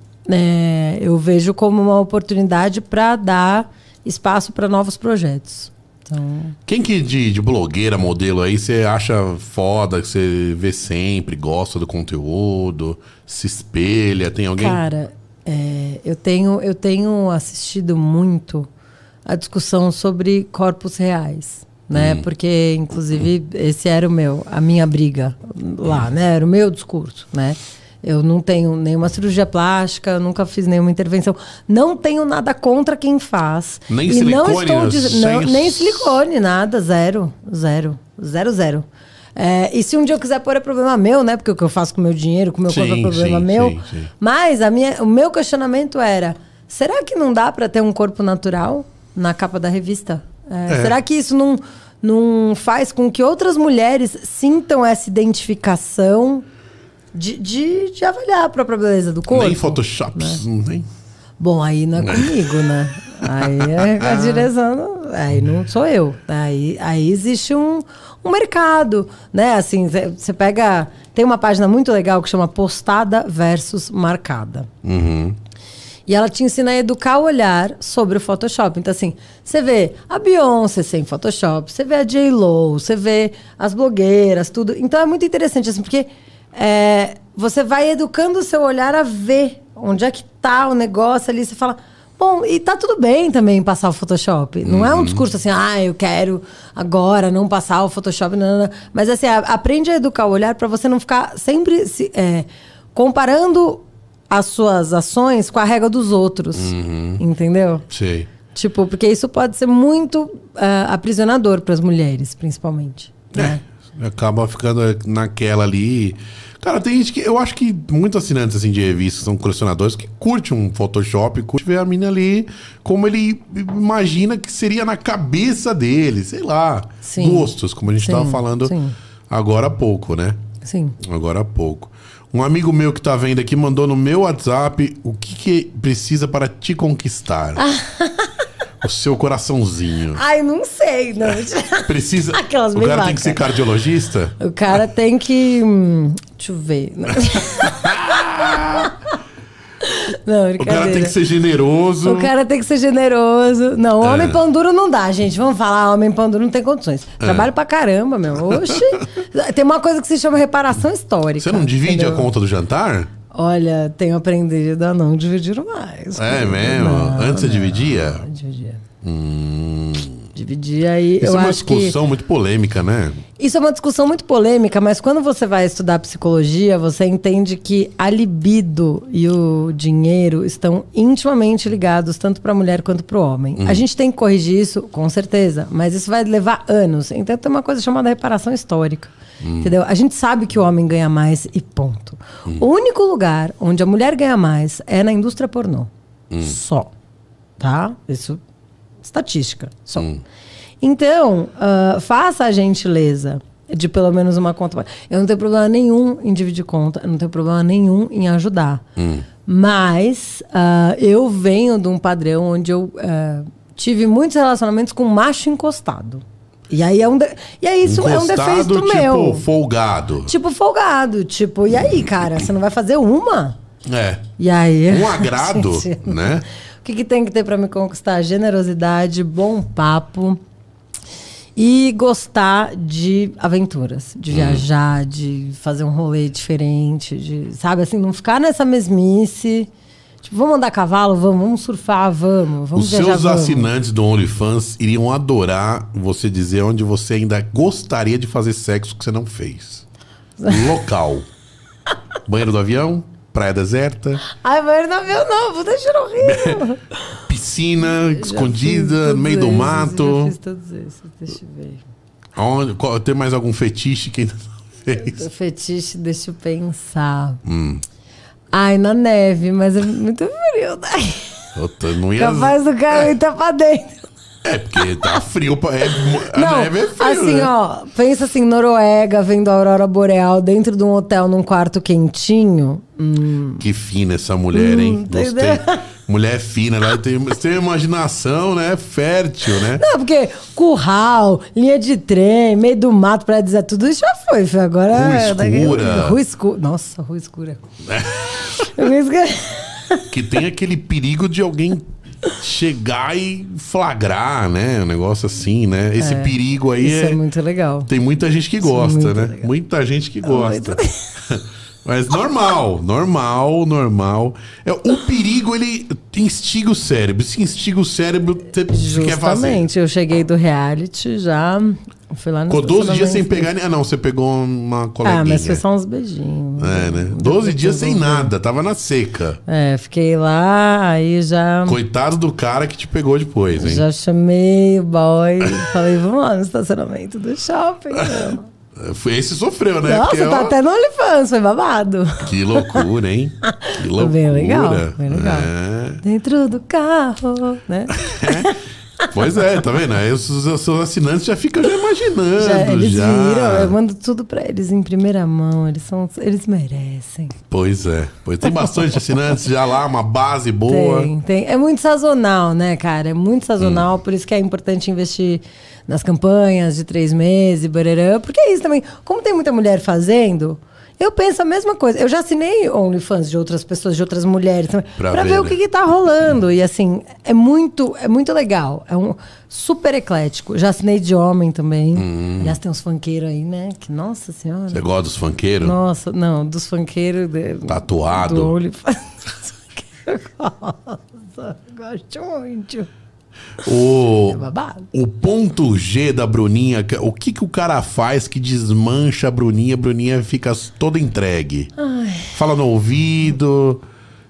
é, eu vejo como uma oportunidade para dar espaço para novos projetos. Então... Quem que de, de blogueira, modelo aí, você acha foda, que você vê sempre, gosta do conteúdo, se espelha? Tem alguém? Cara, é, eu, tenho, eu tenho assistido muito a discussão sobre corpos reais, né? Hum. Porque, inclusive, esse era o meu, a minha briga lá, né? Era o meu discurso, né? Eu não tenho nenhuma cirurgia plástica, nunca fiz nenhuma intervenção. Não tenho nada contra quem faz. Nem e silicone? Não estou diz... não, nem silicone, nada. Zero. Zero. Zero, zero. É, e se um dia eu quiser pôr é problema meu, né? Porque o que eu faço com o meu dinheiro, com o meu sim, corpo é problema sim, meu. Sim, sim. Mas a minha, o meu questionamento era, será que não dá para ter um corpo natural na capa da revista? É, é. Será que isso não, não faz com que outras mulheres sintam essa identificação... De, de, de avaliar a própria beleza do corpo. Nem Photoshop, né? Não tem. Bom, aí não é comigo, né? Aí é a direção. Aí não sou eu. Aí, aí existe um, um mercado, né? Assim, você pega. Tem uma página muito legal que chama Postada versus Marcada. Uhum. E ela te ensina a educar o olhar sobre o Photoshop. Então, assim, você vê a Beyoncé sem Photoshop, você vê a J-Lo, você vê as blogueiras, tudo. Então é muito interessante, assim, porque. É, você vai educando o seu olhar a ver onde é que tá o negócio ali. Você fala, bom, e tá tudo bem também passar o Photoshop. Não uhum. é um discurso assim, ah, eu quero agora não passar o Photoshop. Não, não, não. Mas assim, a, aprende a educar o olhar para você não ficar sempre se, é, comparando as suas ações com a régua dos outros. Uhum. Entendeu? Sei. Tipo, porque isso pode ser muito uh, aprisionador para as mulheres, principalmente. É. Né? Acaba ficando naquela ali. Cara, tem gente que... Eu acho que muitos assinantes assim, de revistas, são colecionadores, que curte um Photoshop, curte ver a mina ali como ele imagina que seria na cabeça dele. Sei lá. Sim. Gostos, como a gente estava falando sim. agora há pouco, né? Sim. Agora há pouco. Um amigo meu que tá vendo aqui mandou no meu WhatsApp o que, que precisa para te conquistar. O seu coraçãozinho. Ai, não sei, não. Precisa. Aquelas o cara vaca. tem que ser cardiologista? O cara tem que. Hum, deixa eu ver. Não, não, o cara tem que ser generoso. O cara tem que ser generoso. Não, é. homem pão duro não dá, gente. Vamos falar, homem pão duro não tem condições. É. Trabalho pra caramba, meu. Oxi. Tem uma coisa que se chama reparação histórica. Você não divide entendeu? a conta do jantar? Olha, tenho aprendido a não dividir mais. É mesmo? Não, Antes você não, dividia? Não, dividia. Hum. Dividir aí, Isso eu é uma acho que... discussão muito polêmica, né? Isso é uma discussão muito polêmica, mas quando você vai estudar psicologia, você entende que a libido e o dinheiro estão intimamente ligados, tanto para a mulher quanto para o homem. Hum. A gente tem que corrigir isso, com certeza, mas isso vai levar anos. Então tem uma coisa chamada reparação histórica. Hum. Entendeu? A gente sabe que o homem ganha mais e ponto. Hum. O único lugar onde a mulher ganha mais é na indústria pornô. Hum. Só. Tá? Isso... Estatística, só. Hum. Então, uh, faça a gentileza de pelo menos uma conta. Eu não tenho problema nenhum em dividir conta, eu não tenho problema nenhum em ajudar. Hum. Mas uh, eu venho de um padrão onde eu uh, tive muitos relacionamentos com macho encostado. E aí é um de... e aí isso encostado, é um defeito tipo, meu. Tipo folgado. Tipo folgado. Tipo, e aí, cara, você não vai fazer uma? É. E aí? Um agrado, gente, né? O que, que tem que ter para me conquistar? Generosidade, bom papo e gostar de aventuras, de hum. viajar, de fazer um rolê diferente, de, sabe, assim, não ficar nessa mesmice. Tipo, vamos andar a cavalo, vamos, vamos surfar, vamos, vamos Os viajar, seus vamos. assinantes do OnlyFans iriam adorar você dizer onde você ainda gostaria de fazer sexo que você não fez. Local. Banheiro do avião? Praia deserta. Ai, banheiro do avião não, vou deixar no Rio. Piscina escondida, no meio do mato. Já fiz todos esses, deixa eu ver. Onde, qual, tem mais algum fetiche que ainda não fez? O fetiche, deixa eu pensar. Hum. Ai, na neve, mas é muito frio daí. Outra, não ia... Capaz do cara é. entrar pra dentro. É, porque tá frio, é, a não, neve é frio, assim, né? ó, pensa assim, Noruega, vendo a aurora boreal dentro de um hotel num quarto quentinho. Hum. Que fina essa mulher, hum, hein? Gostei. Mulher fina, ela tem, tem imaginação, né? Fértil, né? Não, porque curral, linha de trem, meio do mato, pra dizer tudo isso já foi, filho. Agora... Rua escura. Rua escura. Nossa, rua escura. É. Rua escura. Que tem aquele perigo de alguém chegar e flagrar, né? Um negócio assim, né? Esse é, perigo aí isso é... é muito legal. Tem muita gente que isso gosta, é né? Legal. Muita gente que gosta. É muito... Mas normal, normal, normal. É, o perigo, ele instiga o cérebro. Se instiga o cérebro, você quer fazer. Justamente, eu cheguei do reality já... Fui lá no Ficou doze dias sem pegar... Ah, não, você pegou uma coleguinha. Ah, mas foi só uns beijinhos. É, né? doze dias sem nada, tava na seca. É, fiquei lá, aí já... Coitado do cara que te pegou depois, hein? Já chamei o boy, falei, vamos lá no estacionamento do shopping. Esse sofreu, né? Nossa, Porque, tá ó, até no OnlyFans, foi babado. Que loucura, hein? Que loucura. Bem legal, bem legal. É. Dentro do carro, né? É. Pois é, tá vendo? Aí os, os seus assinantes já ficam já imaginando. Já, eles já. viram, eu mando tudo pra eles em primeira mão, eles, são, eles merecem. Pois é. Pois tem bastante assinantes já lá, uma base boa. Tem, tem. É muito sazonal, né, cara? É muito sazonal, hum. por isso que é importante investir nas campanhas de três meses, barará, porque é isso também. Como tem muita mulher fazendo... Eu penso a mesma coisa. Eu já assinei OnlyFans de outras pessoas, de outras mulheres, pra, pra ver, ver o que, que tá rolando. E assim, é muito, é muito legal. É um super eclético. Já assinei de homem também. Hum. Aliás, tem uns funkeiros aí, né? Que, nossa senhora. Você gosta dos funkeiros? Nossa, não, dos funkeiros. De, Tatuado. Do OnlyFans. Eu gosto. Gosto muito. O, é o ponto G da Bruninha, o que, que o cara faz que desmancha a Bruninha? A Bruninha fica toda entregue. Ai. Fala no ouvido,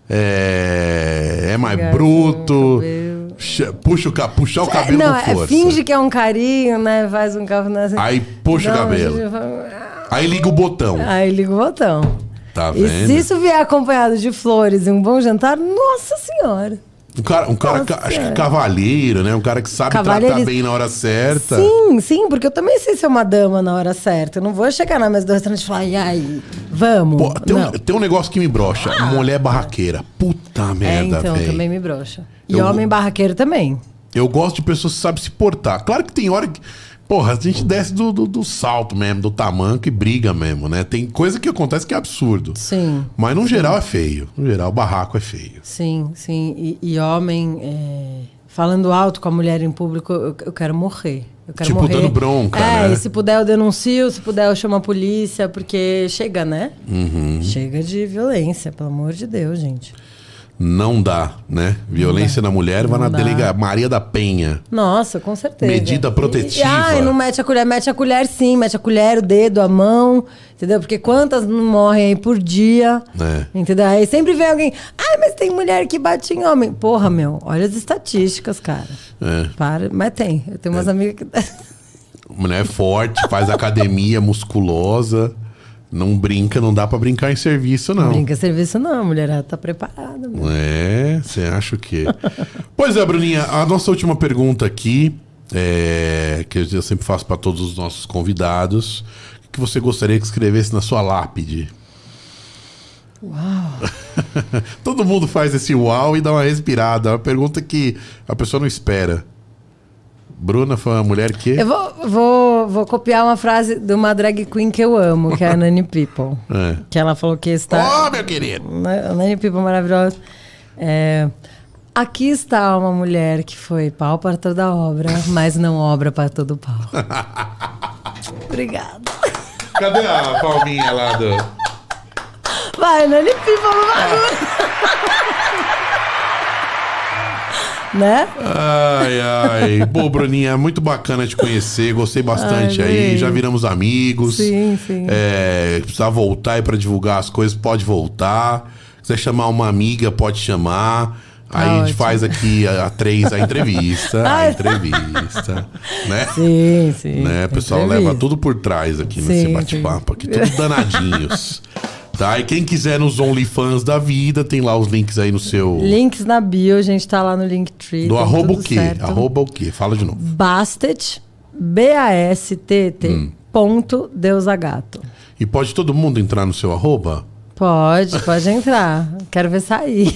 é, é mais Pegar bruto, puxa o, puxar o cabelo não, com força. É, finge que é um carinho, né? Faz um cafuné assim. Aí puxa não, o cabelo. Aí liga o botão. Aí liga o botão. Tá vendo? E se isso vier acompanhado de flores e um bom jantar, nossa senhora. Um cara, um cara acho que cavalheiro, né? Um cara que sabe tratar bem na hora certa. Sim, sim, porque eu também sei ser uma dama na hora certa. Eu não vou chegar na mesa do restaurante e falar, e aí, vamos. Pô, tem, um, tem um negócio que me brocha. Ah. Mulher barraqueira. Puta merda, é, então, véio. também me brocha. E eu, homem barraqueiro também. Eu gosto de pessoas que sabem se portar. Claro que tem hora que... Porra, a gente desce do, do, do salto mesmo, do tamanco e briga mesmo, né? Tem coisa que acontece que é absurdo. Sim. Mas no sim. geral é feio. No geral, o barraco é feio. Sim, sim. E, e homem, é... falando alto com a mulher em público, eu, eu quero morrer. Eu quero tipo, morrer. dando bronca, é, né? E se puder eu denuncio, se puder eu chamo a polícia, porque chega, né? Uhum. Chega de violência, pelo amor de Deus, gente. Não dá, né? Violência na mulher vai na delegacia Maria da Penha. Nossa, com certeza. Medida protetiva. E, ai, não mete a colher. Mete a colher sim, mete a colher, o dedo, a mão, entendeu? Porque quantas não morrem aí por dia, É. entendeu? Aí sempre vem alguém, ai, mas tem mulher que bate em homem. Porra, meu, olha as estatísticas, cara. É. Para, mas tem. Eu tenho umas É. amigas que... Mulher forte, faz academia, musculosa. Não brinca, não dá pra brincar em serviço, não. Não brinca serviço não, a mulherada tá preparada. Meu. É, você acha o quê? Pois é, Bruninha, a nossa última pergunta aqui, é, que eu sempre faço pra todos os nossos convidados, o que você gostaria que escrevesse na sua lápide? Uau! Todo mundo faz esse uau e dá uma respirada. É uma pergunta que a pessoa não espera. Bruna foi uma mulher que... Eu vou, vou, vou copiar uma frase de uma drag queen que eu amo, que é a Nani People. É. Que ela falou que está... Ô, oh, meu querido! A Nani People maravilhosa. É, aqui está uma mulher que foi pau para toda obra, mas não obra para todo pau. Obrigada. Cadê a palminha lá do... Vai, Nani People no barulho. Né? Ai, ai. Pô, Bruninha, muito bacana te conhecer. Gostei bastante ai, aí. bem. Já viramos amigos. Sim, sim. É, precisar voltar aí pra divulgar as coisas, pode voltar. Se quiser chamar uma amiga, pode chamar. Aí Ah, a gente ótimo. faz aqui a, a três a entrevista. a Ai. entrevista. Né? Sim, sim. Né? O pessoal Entrevista. leva tudo por trás aqui Sim, nesse sim. bate-papo. Aqui, tudo danadinhos. Tá? E quem quiser nos OnlyFans da vida, tem lá os links aí no seu... Links na bio, a gente tá lá no Linktree. Do tá arroba tudo o quê? certo. Arroba o quê? Fala de novo. Bastet, B A S T T, Hum. ponto Deusagato. E pode todo mundo entrar no seu arroba? Pode, pode entrar. Quero ver sair.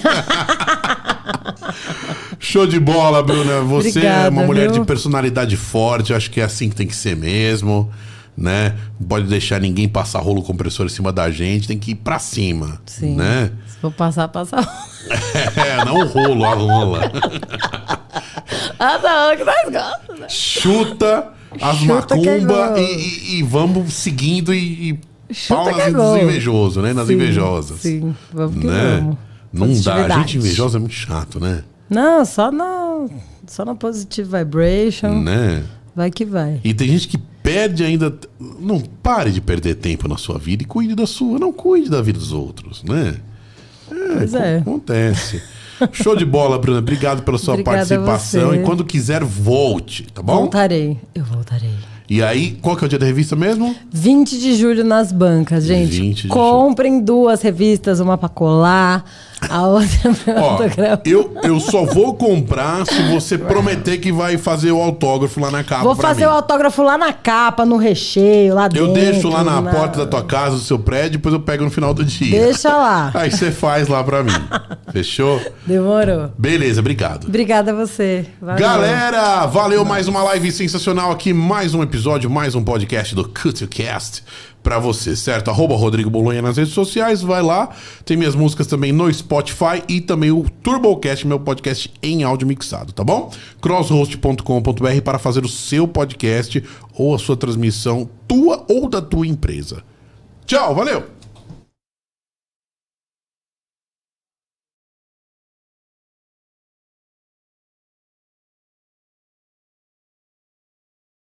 Show de bola, Bruna. Você Obrigada, é uma mulher viu? de personalidade forte. Acho que é assim que tem que ser mesmo, né? Não pode deixar ninguém passar rolo compressor em cima da gente. Tem que ir pra cima, Sim. né? Se for passar, passar. É, não o rolo, a rola. Ah, não, que nós gostamos, né? Chuta as Chuta que é macumba gol. e, e- e vamos seguindo e, e Chuta pau que é nas gol. invejosos, né? Nas Sim, invejosas. Sim, vamos que Né? vamos. Não dá. Positividade. Gente invejosa é muito chato, né? Não, só na, só na positive vibration. Né? Vai que vai. E tem gente que perde ainda. Não pare de perder tempo na sua vida e cuide da sua. Não cuide da vida dos outros, né? É, Pois co- é. acontece. Show de bola, Bruna. Obrigado pela sua Obrigada a participação. você. E quando quiser, volte, tá bom? Voltarei. Eu voltarei. E aí, qual que é o dia da revista mesmo? vinte de julho nas bancas, gente. vinte de Comprem duas revistas, uma pra colar, a outra pra Ó, autografar. eu, eu só vou comprar se você prometer que vai fazer o autógrafo lá na capa. Vou pra fazer mim. o autógrafo lá na capa, no recheio, lá dentro. Eu deixo lá na porta da tua casa, do seu prédio, depois eu pego no final do dia. Deixa lá. Aí você faz lá pra mim. Fechou? Demorou. Beleza, obrigado. Obrigada a você. Valeu. Galera, valeu, mais uma live sensacional aqui, mais um episódio, mais um podcast do CultoCast pra você, certo? Arroba Rodrigo Bolonha nas redes sociais, vai lá, tem minhas músicas também no Spotify e também o TurboCast, meu podcast em áudio mixado, tá bom? crosshost ponto com ponto b r para fazer o seu podcast ou a sua transmissão, tua ou da tua empresa. Tchau, valeu!